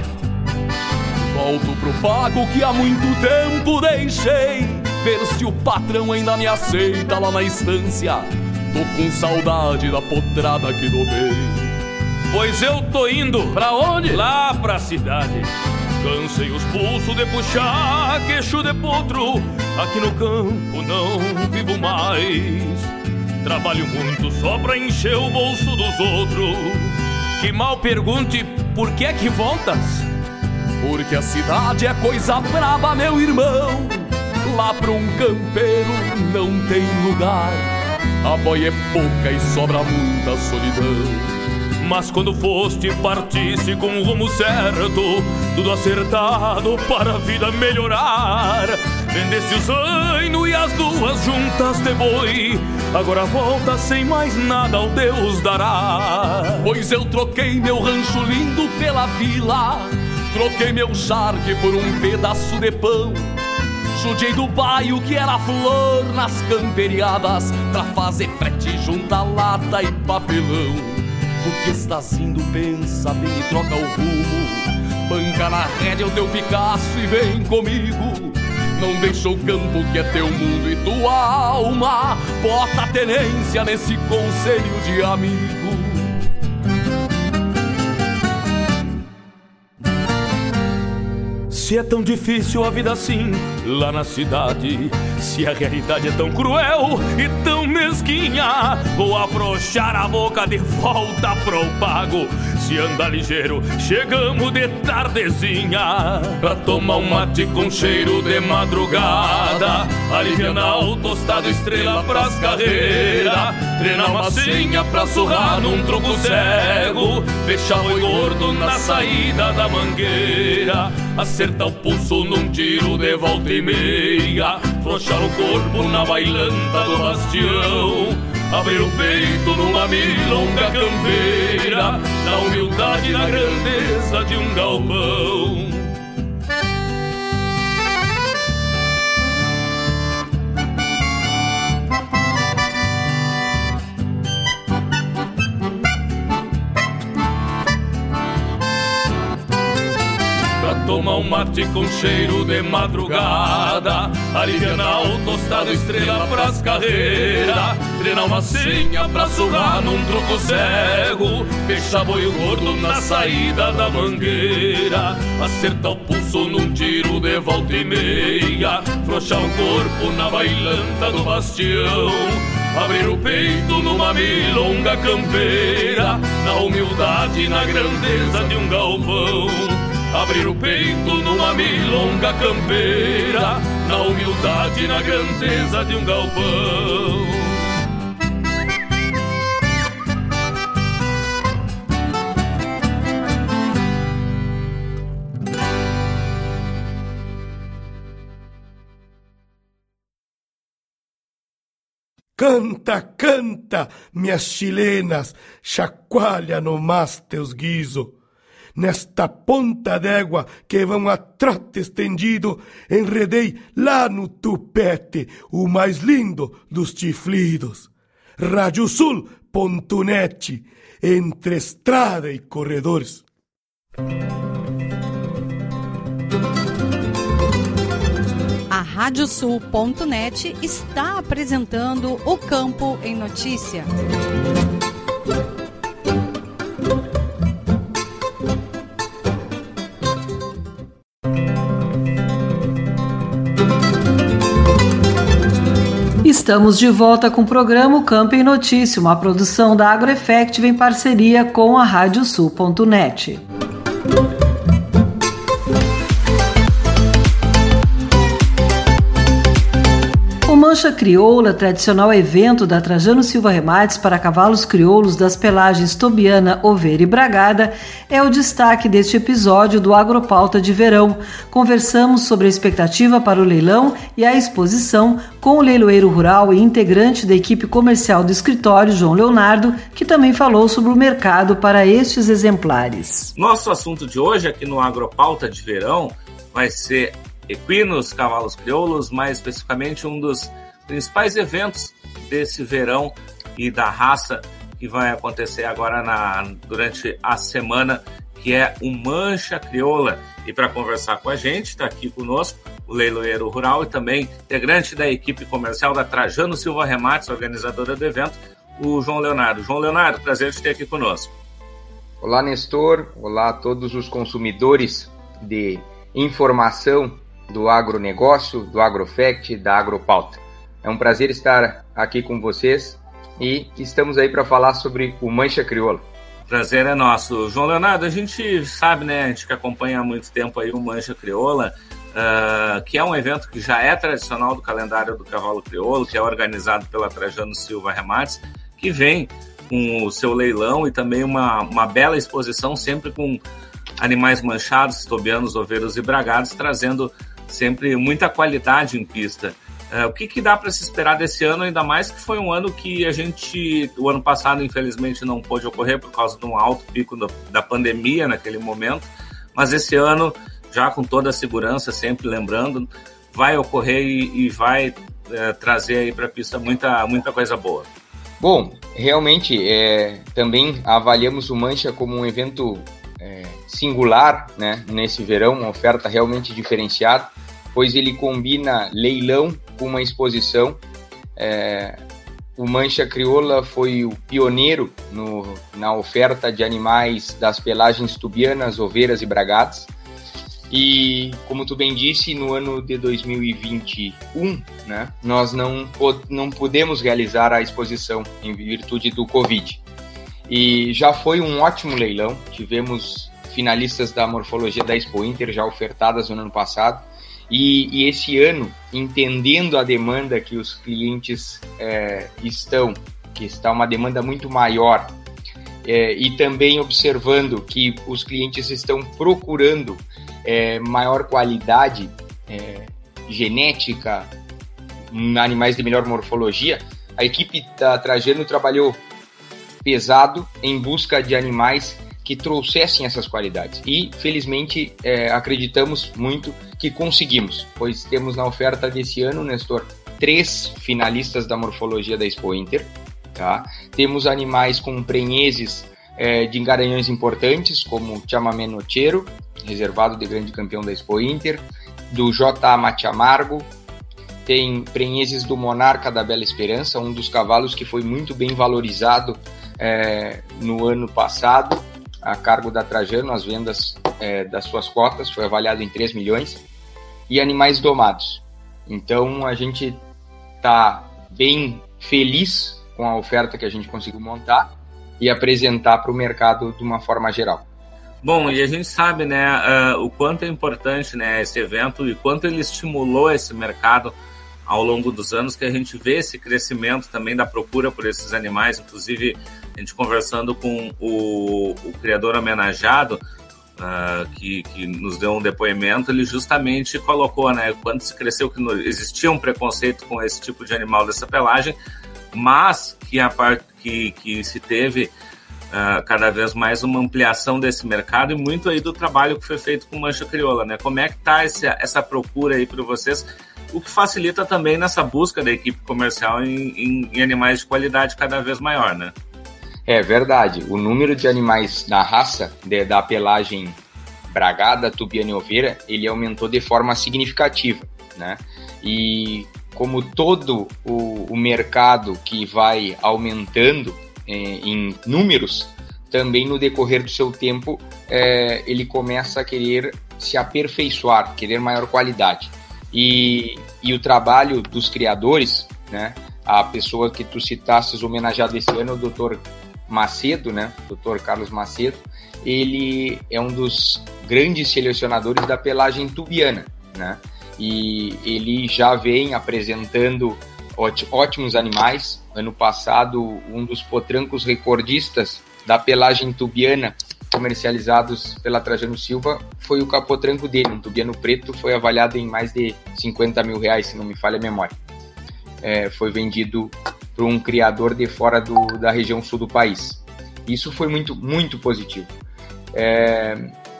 Volto pro pago que há muito tempo deixei, ver se o patrão ainda me aceita lá na estância. Tô com saudade da potrada que domei. Pois eu tô indo. Pra onde? Lá pra cidade. Cansei os pulsos de puxar queixo de potro. Aqui no campo não vivo mais. Trabalho muito só pra encher o bolso dos outros. Que mal pergunte por que é que voltas. Porque a cidade é coisa braba, meu irmão. Lá pra um campeiro não tem lugar. A boia é pouca e sobra muita solidão. Mas quando foste, partiste com o rumo certo, tudo acertado para a vida melhorar. Vendeste o zaino e as duas juntas de boi. Agora volta sem mais nada, ao Deus dará. Pois eu troquei meu rancho lindo pela vila, troquei meu charque por um pedaço de pão. Judiei do baio que era flor nas camperiadas, pra fazer frete junta lata e papelão. Porque estás indo, pensa bem e troca o rumo. Banca na rédea o teu Picasso e vem comigo. Não deixa o campo que é teu mundo e tua alma. Bota a tenência nesse conselho de amigo. Se é tão difícil a vida assim lá na cidade, se a realidade é tão cruel e tão mesquinha, vou afrouxar a boca de volta pro pago. Se anda ligeiro, chegamos de tardezinha, pra tomar um mate com cheiro de madrugada, alivianar o tostado estrela pras carreiras, treinar uma senha pra surrar num tronco cego, fechar boi gordo na saída da mangueira, acertar o pulso num tiro de volta e meia, frouxar o corpo na bailanta do bastião, abrir o peito numa milonga campeira, na humildade e na grandeza de um galpão. Tomar um mate com cheiro de madrugada, alivianar o tostado estrela pras carreiras, treinar uma senha pra surrar num troco cego, fechar boi gordo na saída da mangueira, acertar o pulso num tiro de volta e meia, frouxar o corpo na bailanta do bastião, abrir o peito numa milonga campeira, na humildade e na grandeza de um galpão. Abrir o peito numa milonga campeira, na humildade e na grandeza de um galpão. Canta, canta, minhas chilenas, chacoalha no mas teus guiso. Nesta ponta d'égua que vão a trote estendido, enredei lá no tupete o mais lindo dos chiflidos. rádio sul ponto net, entre estrada e corredores. A rádio sul ponto net está apresentando o Campo em Notícia. Estamos de volta com o programa Campo em Notícia, uma produção da AgroEffective em parceria com a rádio sul ponto net. O Mancha Crioula, tradicional evento da Trajano Silva Remates para cavalos crioulos das pelagens Tobiana, Oveira e Bragada, é o destaque deste episódio do Agropauta de Verão. Conversamos sobre a expectativa para o leilão e a exposição com o leiloeiro rural e integrante da equipe comercial do escritório, João Leonardo, que também falou sobre o mercado para estes exemplares. Nosso assunto de hoje aqui no Agropauta de Verão vai ser equinos, cavalos crioulos, mais especificamente um dos principais eventos desse verão e da raça que vai acontecer agora na, durante a semana, que é o Mancha Crioula. E para conversar com a gente, está aqui conosco o leiloeiro rural e também integrante da equipe comercial da Trajano Silva Remates, organizadora do evento, o João Leonardo. João Leonardo, prazer de ter aqui conosco. Olá, Nestor. Olá a todos os consumidores de informação do agronegócio, do AgroFact, da Agropauta. É um prazer estar aqui com vocês e estamos aí para falar sobre o Mancha Crioula. Prazer é nosso. João Leonardo, a gente sabe, né, a gente que acompanha há muito tempo aí o Mancha Crioula, uh, que é um evento que já é tradicional do calendário do cavalo crioulo, que é organizado pela Trajano Silva Remates, que vem com o seu leilão e também uma, uma bela exposição, sempre com animais manchados, tobianos, oveiros e bragados, trazendo sempre muita qualidade em pista. Uh, o que, que dá para se esperar desse ano, ainda mais que foi um ano que a gente, o ano passado, infelizmente, não pôde ocorrer por causa de um alto pico do, da pandemia naquele momento, mas esse ano, já com toda a segurança, sempre lembrando, vai ocorrer e, e vai uh, trazer aí para a pista muita, muita coisa boa. Bom, realmente, é, também avaliamos o Mancha como um evento é, singular, né, nesse verão, uma oferta realmente diferenciada, pois ele combina leilão com uma exposição. É, o Mancha Crioula foi o pioneiro no, na oferta de animais das pelagens tubianas, oveiras e bragadas. E, como tu bem disse, no ano de dois mil e vinte e um, né, nós não, não pudemos realizar a exposição em virtude do Covid. E já foi um ótimo leilão, tivemos finalistas da morfologia da Expo Inter já ofertadas no ano passado. E, e esse ano, entendendo a demanda que os clientes é, estão, que está uma demanda muito maior, é, e também observando que os clientes estão procurando É, maior qualidade é, genética, animais de melhor morfologia, a equipe da Trajano trabalhou pesado em busca de animais que trouxessem essas qualidades. E, felizmente, é, acreditamos muito que conseguimos, pois temos na oferta desse ano, Nestor, três finalistas da morfologia da Expo Inter. Tá? Temos animais com prenheses é, de garanhões importantes, como o Chamamé Nocheiro, reservado de grande campeão da Expo Inter, do J A Mate Amargo, tem prenheses do Monarca da Bela Esperança, um dos cavalos que foi muito bem valorizado é, no ano passado, a cargo da Trajano, as vendas é, das suas cotas, foi avaliado em três milhões, e animais domados. Então a gente está bem feliz com a oferta que a gente conseguiu montar e apresentar para o mercado de uma forma geral. Bom, e a gente sabe, né, uh, o quanto é importante, né, esse evento e quanto ele estimulou esse mercado ao longo dos anos, que a gente vê esse crescimento também da procura por esses animais. Inclusive, a gente conversando com o, o criador homenageado, uh, que, que nos deu um depoimento, ele justamente colocou, né, quando se cresceu, que existia um preconceito com esse tipo de animal dessa pelagem, mas que, a parte que, que se teve Uh, cada vez mais uma ampliação desse mercado e muito aí do trabalho que foi feito com Mancha Crioula, né? Como é que tá esse, essa procura aí para vocês, o que facilita também nessa busca da equipe comercial em, em, em animais de qualidade cada vez maior, né? É verdade, o número de animais na raça de, da pelagem bragada, tubiana e oveira, ele aumentou de forma significativa, né? E como todo o, o mercado que vai aumentando em números, também no decorrer do seu tempo é, ele começa a querer se aperfeiçoar, querer maior qualidade. E, e o trabalho dos criadores, né, a pessoa que tu citasses homenageado esse ano, o doutor Macedo, né, doutor Carlos Macedo, ele é um dos grandes selecionadores da pelagem tubiana, né, e ele já vem apresentando ótimos animais. Ano passado, um dos potrancos recordistas da pelagem tubiana comercializados pela Trajano Silva foi o capotranco dele, um tubiano preto, foi avaliado em mais de cinquenta mil reais, se não me falha a memória. É, foi vendido para um criador de fora do, da região sul do país. Isso foi muito, muito positivo. É,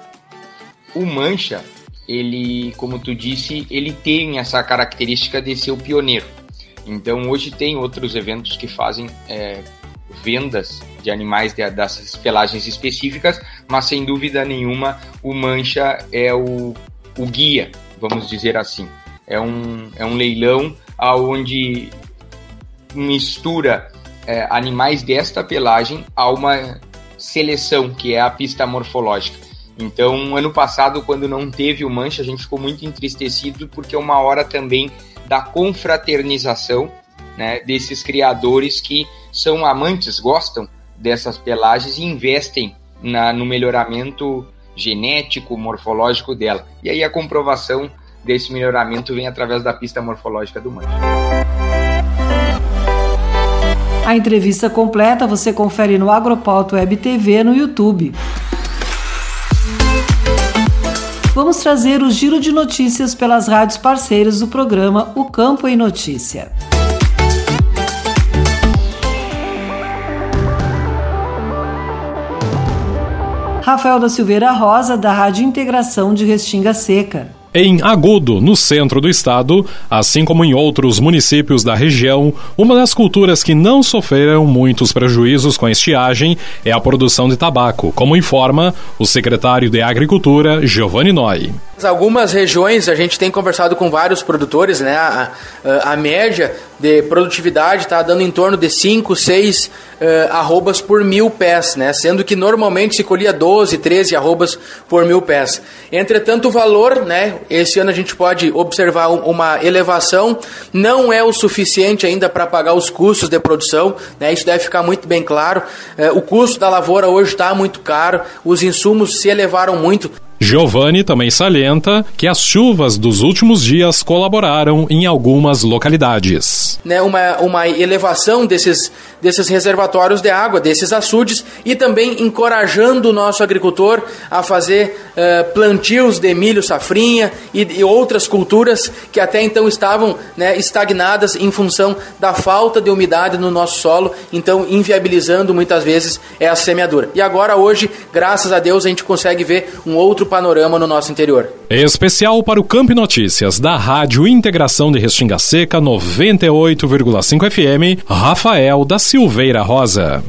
o Mancha, ele, como tu disse, ele tem essa característica de ser o pioneiro. Então, hoje tem outros eventos que fazem é, vendas de animais de, dessas pelagens específicas, mas sem dúvida nenhuma o Mancha é o, o guia, vamos dizer assim. É um, é um leilão onde mistura é, animais desta pelagem a uma seleção, que é a pista morfológica. Então, ano passado, quando não teve o Mancha, a gente ficou muito entristecido, porque é uma hora também da confraternização, né, desses criadores que são amantes, gostam dessas pelagens e investem na, no melhoramento genético, morfológico dela. E aí a comprovação desse melhoramento vem através da pista morfológica do Mancha. A entrevista completa você confere no Agropauta Web T V no YouTube. Vamos trazer o giro de notícias pelas rádios parceiras do programa O Campo em Notícia. Rafael da Silveira Rosa, da Rádio Integração de Restinga Seca. Em Agudo, no centro do estado, assim como em outros municípios da região, uma das culturas que não sofreram muitos prejuízos com a estiagem é a produção de tabaco, como informa o secretário de Agricultura, Giovanni Noy. Algumas regiões, a gente tem conversado com vários produtores, né? A, a, a média de produtividade está dando em torno de cinco, seis uh, arrobas por mil pés, né? Sendo que normalmente se colhia doze, treze arrobas por mil pés. Entretanto, o valor, né? Esse ano a gente pode observar uma elevação, não é o suficiente ainda para pagar os custos de produção, né? Isso deve ficar muito bem claro. Uh, o custo da lavoura hoje está muito caro, os insumos se elevaram muito. Giovanni também salienta que as chuvas dos últimos dias colaboraram em algumas localidades. Né, uma, uma elevação desses, desses reservatórios de água, desses açudes, e também encorajando o nosso agricultor a fazer uh, plantios de milho safrinha e, e outras culturas que até então estavam, né, estagnadas em função da falta de umidade no nosso solo, então inviabilizando muitas vezes essa semeadura. E agora hoje, graças a Deus, a gente consegue ver um outro panorama no nosso interior. Especial para o Campo Notícias da Rádio Integração de Restinga Seca noventa e oito vírgula cinco F M, Rafael da Silveira Rosa.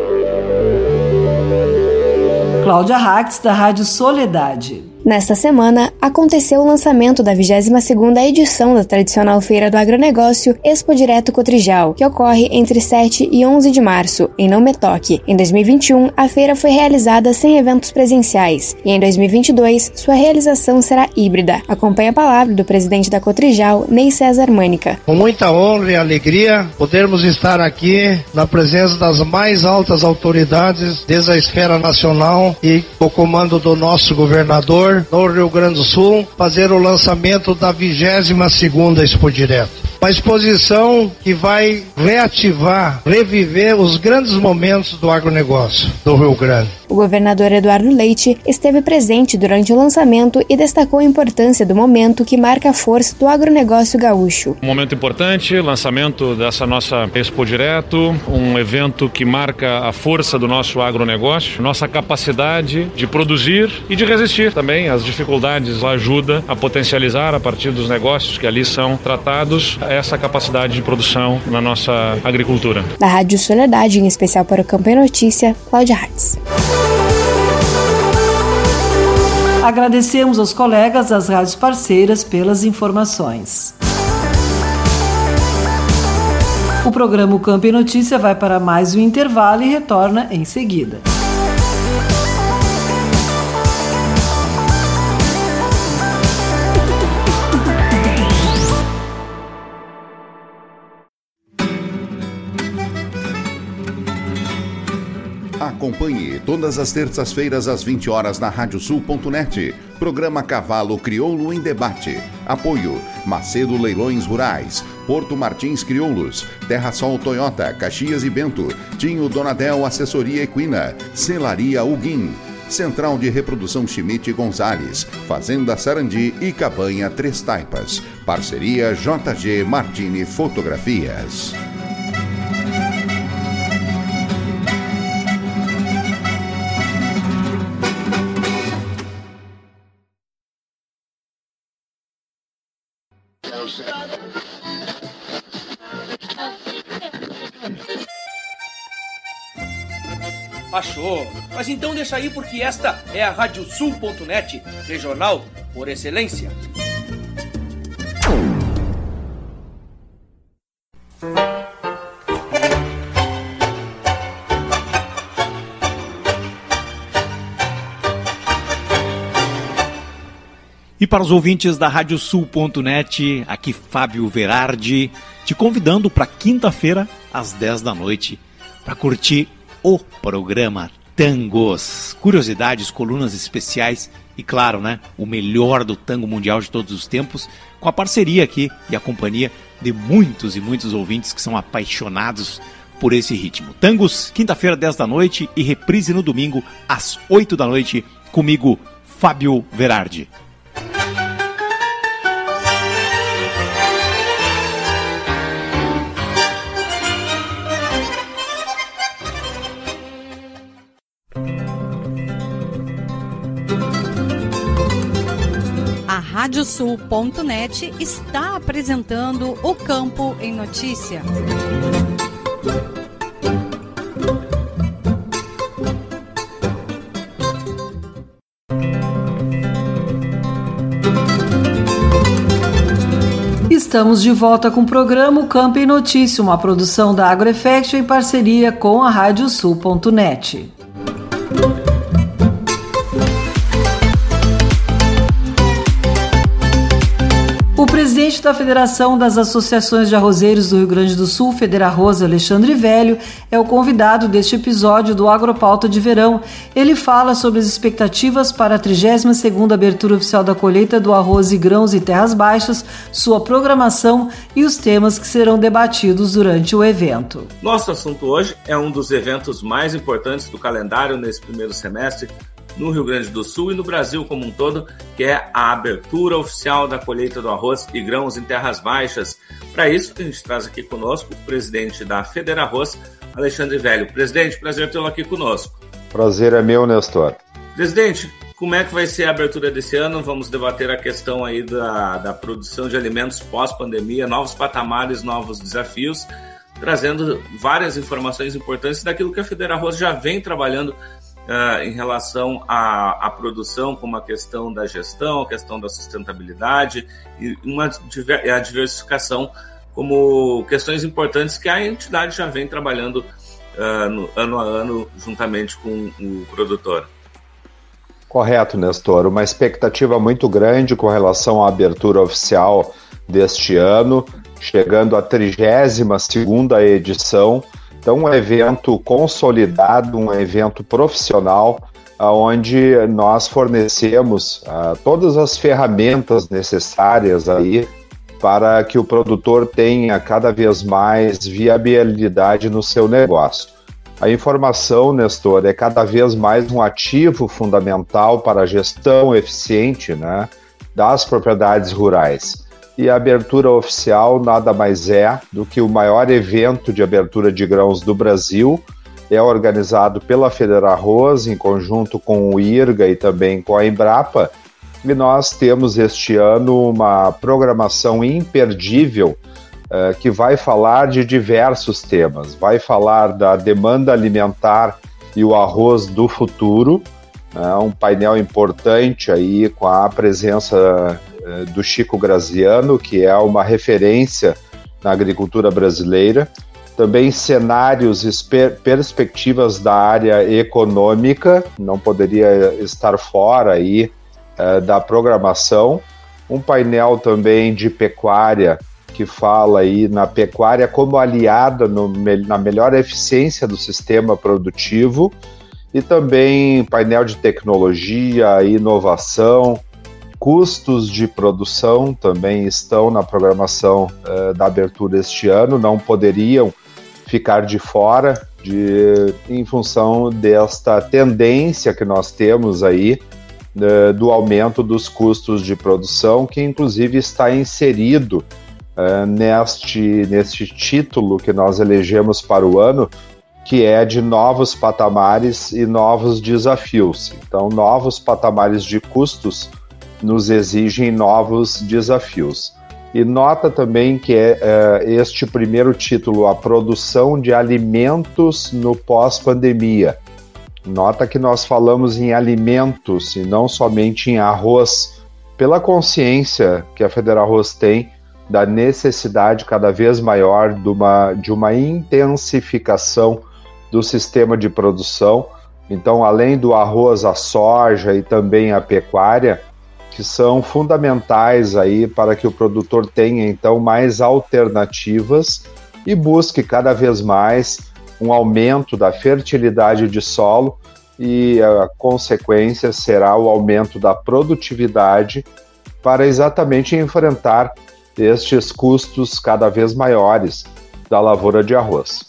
Cláudia Rax, da Rádio Soledade. Nesta semana, aconteceu o lançamento da vigésima segunda edição da tradicional Feira do Agronegócio Expo Direto Cotrijal, que ocorre entre sete e onze de março, em Não Me Toque. Em dois mil e vinte e um, a feira foi realizada sem eventos presenciais, e em dois mil e vinte e dois, sua realização será híbrida. Acompanhe a palavra do presidente da Cotrijal, Ney César Mânica. Com muita honra e alegria, podermos estar aqui na presença das mais altas autoridades, desde a esfera nacional e o comando do nosso governador, no Rio Grande do Sul, fazer o lançamento da vigésima segunda Expo Direto. Uma exposição que vai reativar, reviver os grandes momentos do agronegócio do Rio Grande. O governador Eduardo Leite esteve presente durante o lançamento e destacou a importância do momento que marca a força do agronegócio gaúcho. Um momento importante, lançamento dessa nossa Expo Direto, um evento que marca a força do nosso agronegócio, nossa capacidade de produzir e de resistir também às dificuldades, ajuda a potencializar a partir dos negócios que ali são tratados essa capacidade de produção na nossa agricultura. Da Rádio Soledade, em especial para o Campo e Notícia, Cláudia Hartz. Agradecemos aos colegas das rádios parceiras pelas informações. O programa O Campo e Notícia vai para mais um intervalo e retorna em seguida. Acompanhe todas as terças-feiras às vinte horas na rádio sul ponto net. Programa Cavalo Crioulo em Debate. Apoio Macedo Leilões Rurais, Porto Martins Crioulos, Terra Sol Toyota, Caxias e Bento, Tinho Donadel Assessoria Equina, Celaria Uguim, Central de Reprodução Schmidt Gonzalez, Fazenda Sarandi e Cabanha Três Taipas. Parceria J G Martini Fotografias. Achou? Mas então deixa aí porque esta é a rádio sul ponto net, regional por excelência. E para os ouvintes da rádio sul ponto net, aqui Fábio Verardi, te convidando para quinta-feira, às dez da noite, para curtir o programa Tangos. Curiosidades, colunas especiais e, claro, né, o melhor do tango mundial de todos os tempos, com a parceria aqui e a companhia de muitos e muitos ouvintes que são apaixonados por esse ritmo. Tangos, quinta-feira, dez da noite e reprise no domingo, às oito da noite, comigo, Fábio Verardi. rádio sul ponto net está apresentando o Campo em Notícia. Estamos de volta com o programa O Campo em Notícia, uma produção da AgroEffect em parceria com a rádio sul ponto net. O presidente da Federação das Associações de Arrozeiros do Rio Grande do Sul, Federarroz, Alexandre Velho, é o convidado deste episódio do Agropauta de Verão. Ele fala sobre as expectativas para a trigésima segunda abertura oficial da colheita do arroz e grãos em terras baixas, sua programação e os temas que serão debatidos durante o evento. Nosso assunto hoje é um dos eventos mais importantes do calendário nesse primeiro semestre, no Rio Grande do Sul e no Brasil como um todo, que é a abertura oficial da colheita do arroz e grãos em terras baixas. Para isso, a gente traz aqui conosco o presidente da Federarroz, Alexandre Velho. Presidente, prazer tê-lo aqui conosco. Prazer é meu, Nestor. Presidente, como é que vai ser a abertura desse ano? Vamos debater a questão aí da, da produção de alimentos pós-pandemia, novos patamares, novos desafios, trazendo várias informações importantes daquilo que a Federarroz já vem trabalhando Uh, em relação à, à produção, como a questão da gestão, a questão da sustentabilidade e uma diver, a diversificação como questões importantes que a entidade já vem trabalhando uh, no, ano a ano juntamente com o produtor. Correto, Nestor. Uma expectativa muito grande com relação à abertura oficial deste ano, chegando à trigésima segunda edição. Então, um evento consolidado, um evento profissional, onde nós fornecemos uh, todas as ferramentas necessárias aí para que o produtor tenha cada vez mais viabilidade no seu negócio. A informação, Nestor, é cada vez mais um ativo fundamental para a gestão eficiente, né, das propriedades rurais. E a abertura oficial nada mais é do que o maior evento de abertura de grãos do Brasil. É organizado pela Federarroz, em conjunto com o IRGA e também com a Embrapa. E nós temos este ano uma programação imperdível uh, que vai falar de diversos temas. Vai falar da demanda alimentar e o arroz do futuro. Uh, um painel importante aí com a presença do Chico Graziano, que é uma referência na agricultura brasileira. Também cenários e perspectivas da área econômica, não poderia estar fora aí uh, da programação. Um painel também de pecuária, que fala aí na pecuária como aliada no, na melhor eficiência do sistema produtivo, e também painel de tecnologia, inovação, custos de produção também estão na programação uh, da abertura este ano, não poderiam ficar de fora de, em função desta tendência que nós temos aí uh, do aumento dos custos de produção, que inclusive está inserido uh, neste, neste título que nós elegemos para o ano, que é de novos patamares e novos desafios. Então, novos patamares de custos nos exigem novos desafios. E nota também que é, é este primeiro título, a produção de alimentos no pós-pandemia. Nota que nós falamos em alimentos e não somente em arroz, pela consciência que a Federarroz tem da necessidade cada vez maior de uma, de uma intensificação do sistema de produção. Então, além do arroz, a soja e também a pecuária, que são fundamentais aí para que o produtor tenha, então, mais alternativas e busque cada vez mais um aumento da fertilidade de solo, e a consequência será o aumento da produtividade para exatamente enfrentar estes custos cada vez maiores da lavoura de arroz.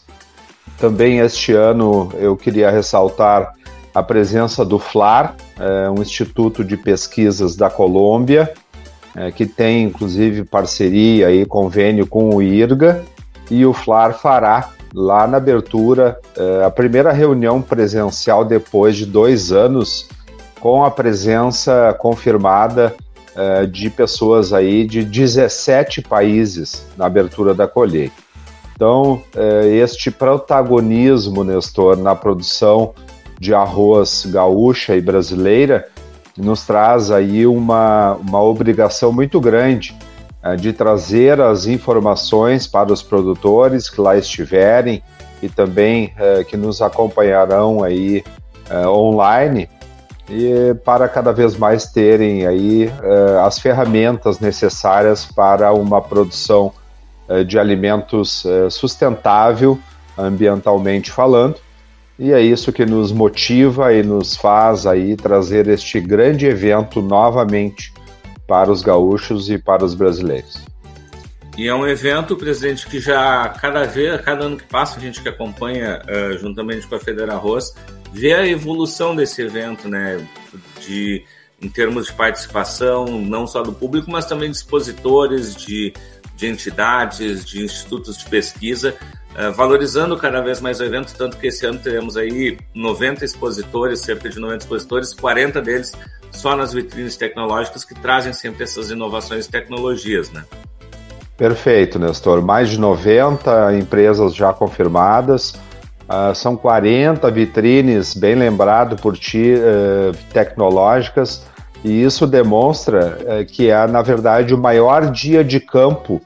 Também este ano eu queria ressaltar a presença do FLAR, é, um instituto de pesquisas da Colômbia, é, que tem inclusive parceria e convênio com o IRGA, e o FLAR fará lá na abertura é, a primeira reunião presencial depois de dois anos, com a presença confirmada uh, de pessoas aí de dezessete países na abertura da colheita. Então, uh, este protagonismo, Nestor, na produção de arroz gaúcha e brasileira, nos traz aí uma, uma obrigação muito grande uh, de trazer as informações para os produtores que lá estiverem e também uh, que nos acompanharão aí uh, online, e para cada vez mais terem aí uh, as ferramentas necessárias para uma produção uh, de alimentos uh, sustentável, ambientalmente falando. E é isso que nos motiva e nos faz aí trazer este grande evento novamente para os gaúchos e para os brasileiros. E é um evento, presidente, que já cada vez, cada ano que passa, a gente que acompanha uh, juntamente com a Federarroz, vê a evolução desse evento, né, de, em termos de participação, não só do público, mas também de expositores, de, de entidades, de institutos de pesquisa, uh, valorizando cada vez mais o evento, tanto que esse ano teremos aí noventa expositores, cerca de noventa expositores, quarenta deles só nas vitrines tecnológicas, que trazem sempre essas inovações e tecnologias, né? Perfeito, Nestor. Mais de noventa empresas já confirmadas, uh, são quarenta vitrines, bem lembrado por ti, uh, tecnológicas, e isso demonstra uh, que é, na verdade, o maior dia de campo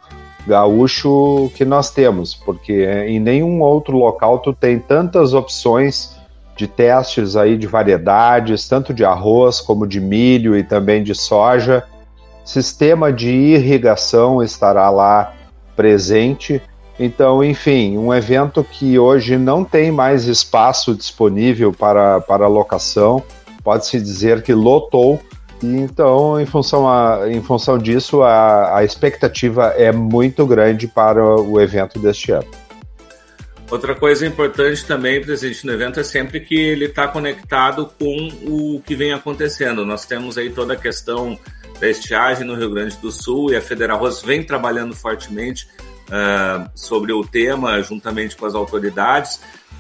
gaúcho que nós temos, porque em nenhum outro local tu tem tantas opções de testes aí de variedades, tanto de arroz como de milho e também de soja. Sistema de irrigação estará lá presente. Então, enfim, um evento que hoje não tem mais espaço disponível para, para locação, pode-se dizer que lotou, e então, em função, a, em função disso, a, a expectativa é muito grande para o evento deste ano. Outra coisa importante também, presidente, no evento é sempre que ele está conectado com o que vem acontecendo. Nós temos aí toda a questão da estiagem no Rio Grande do Sul, e a Federarroz vem trabalhando fortemente uh, sobre o tema, juntamente com as autoridades,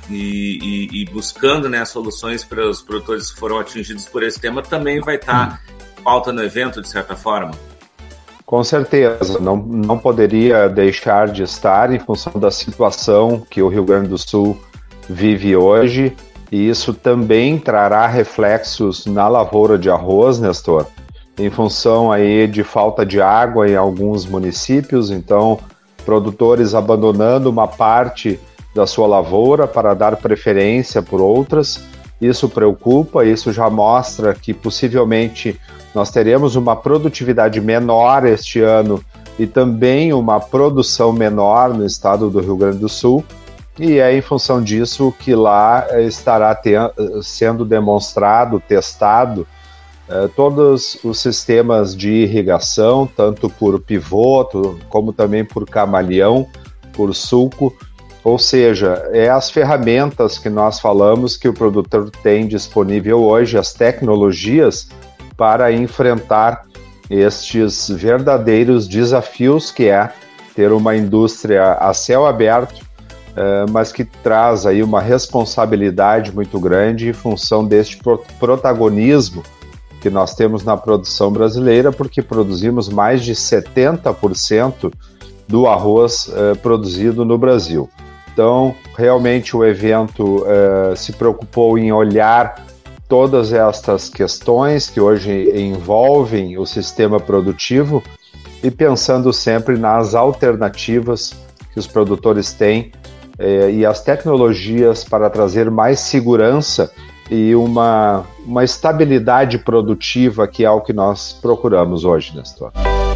e, e, e buscando, né, soluções para os produtores que foram atingidos por esse tema. Também vai estar em pauta no evento, de certa forma. Com certeza, não, não poderia deixar de estar em função da situação que o Rio Grande do Sul vive hoje, e isso também trará reflexos na lavoura de arroz, Nestor, em função aí de falta de água em alguns municípios, então produtores abandonando uma parte da sua lavoura para dar preferência por outras. Isso preocupa, isso já mostra que possivelmente nós teremos uma produtividade menor este ano e também uma produção menor no estado do Rio Grande do Sul, e é em função disso que lá estará te- sendo demonstrado, testado, Uh, todos os sistemas de irrigação, tanto por pivoto, como também por camaleão, por sulco, ou seja, é as ferramentas que nós falamos que o produtor tem disponível hoje, as tecnologias, para enfrentar estes verdadeiros desafios que é ter uma indústria a céu aberto, uh, mas que traz aí uma responsabilidade muito grande em função deste pro- protagonismo que nós temos na produção brasileira, porque produzimos mais de setenta por cento do arroz eh, produzido no Brasil. Então, realmente o evento eh, se preocupou em olhar todas estas questões que hoje envolvem o sistema produtivo e pensando sempre nas alternativas que os produtores têm eh, e as tecnologias para trazer mais segurança e uma, uma estabilidade produtiva, que é o que nós procuramos hoje, Nestor.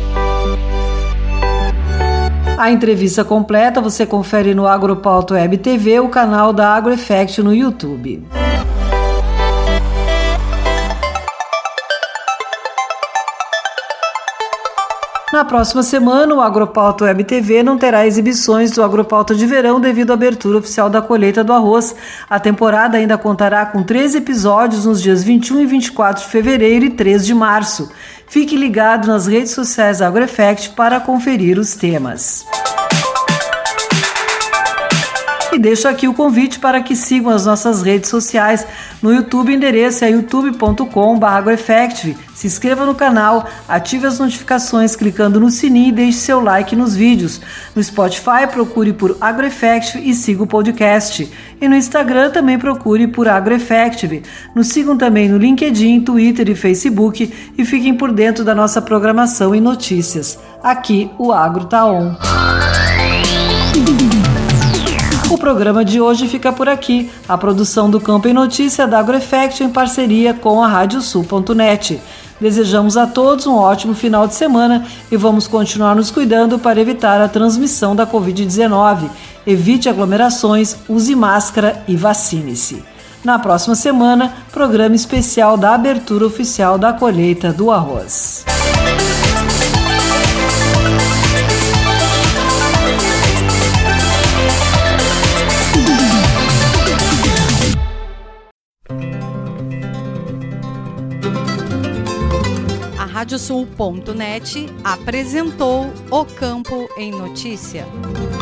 A entrevista completa você confere no Agropauta Web T V, o canal da AgroEffect no YouTube. Na próxima semana, o Agropauta Web T V não terá exibições do Agropauta de verão devido à abertura oficial da colheita do arroz. A temporada ainda contará com treze episódios nos dias vinte e um e vinte e quatro de fevereiro e três de março. Fique ligado nas redes sociais da AgroEffect para conferir os temas. E deixo aqui o convite para que sigam as nossas redes sociais. No YouTube, o endereço é youtube ponto com barra agroeffective. Se inscreva no canal, ative as notificações clicando no sininho e deixe seu like nos vídeos. No Spotify, procure por AgroEffective e siga o podcast. E no Instagram também procure por AgroEffective. Nos sigam também no LinkedIn, Twitter e Facebook e fiquem por dentro da nossa programação e notícias. Aqui o Agro tá on. O programa de hoje fica por aqui. A produção do Campo em Notícia da AgroEffective em parceria com a rádio sul ponto net. Desejamos a todos um ótimo final de semana e vamos continuar nos cuidando para evitar a transmissão da covid dezenove. Evite aglomerações, use máscara e vacine-se. Na próxima semana, programa especial da abertura oficial da colheita do arroz. rádio sul ponto net apresentou O Campo em Notícia.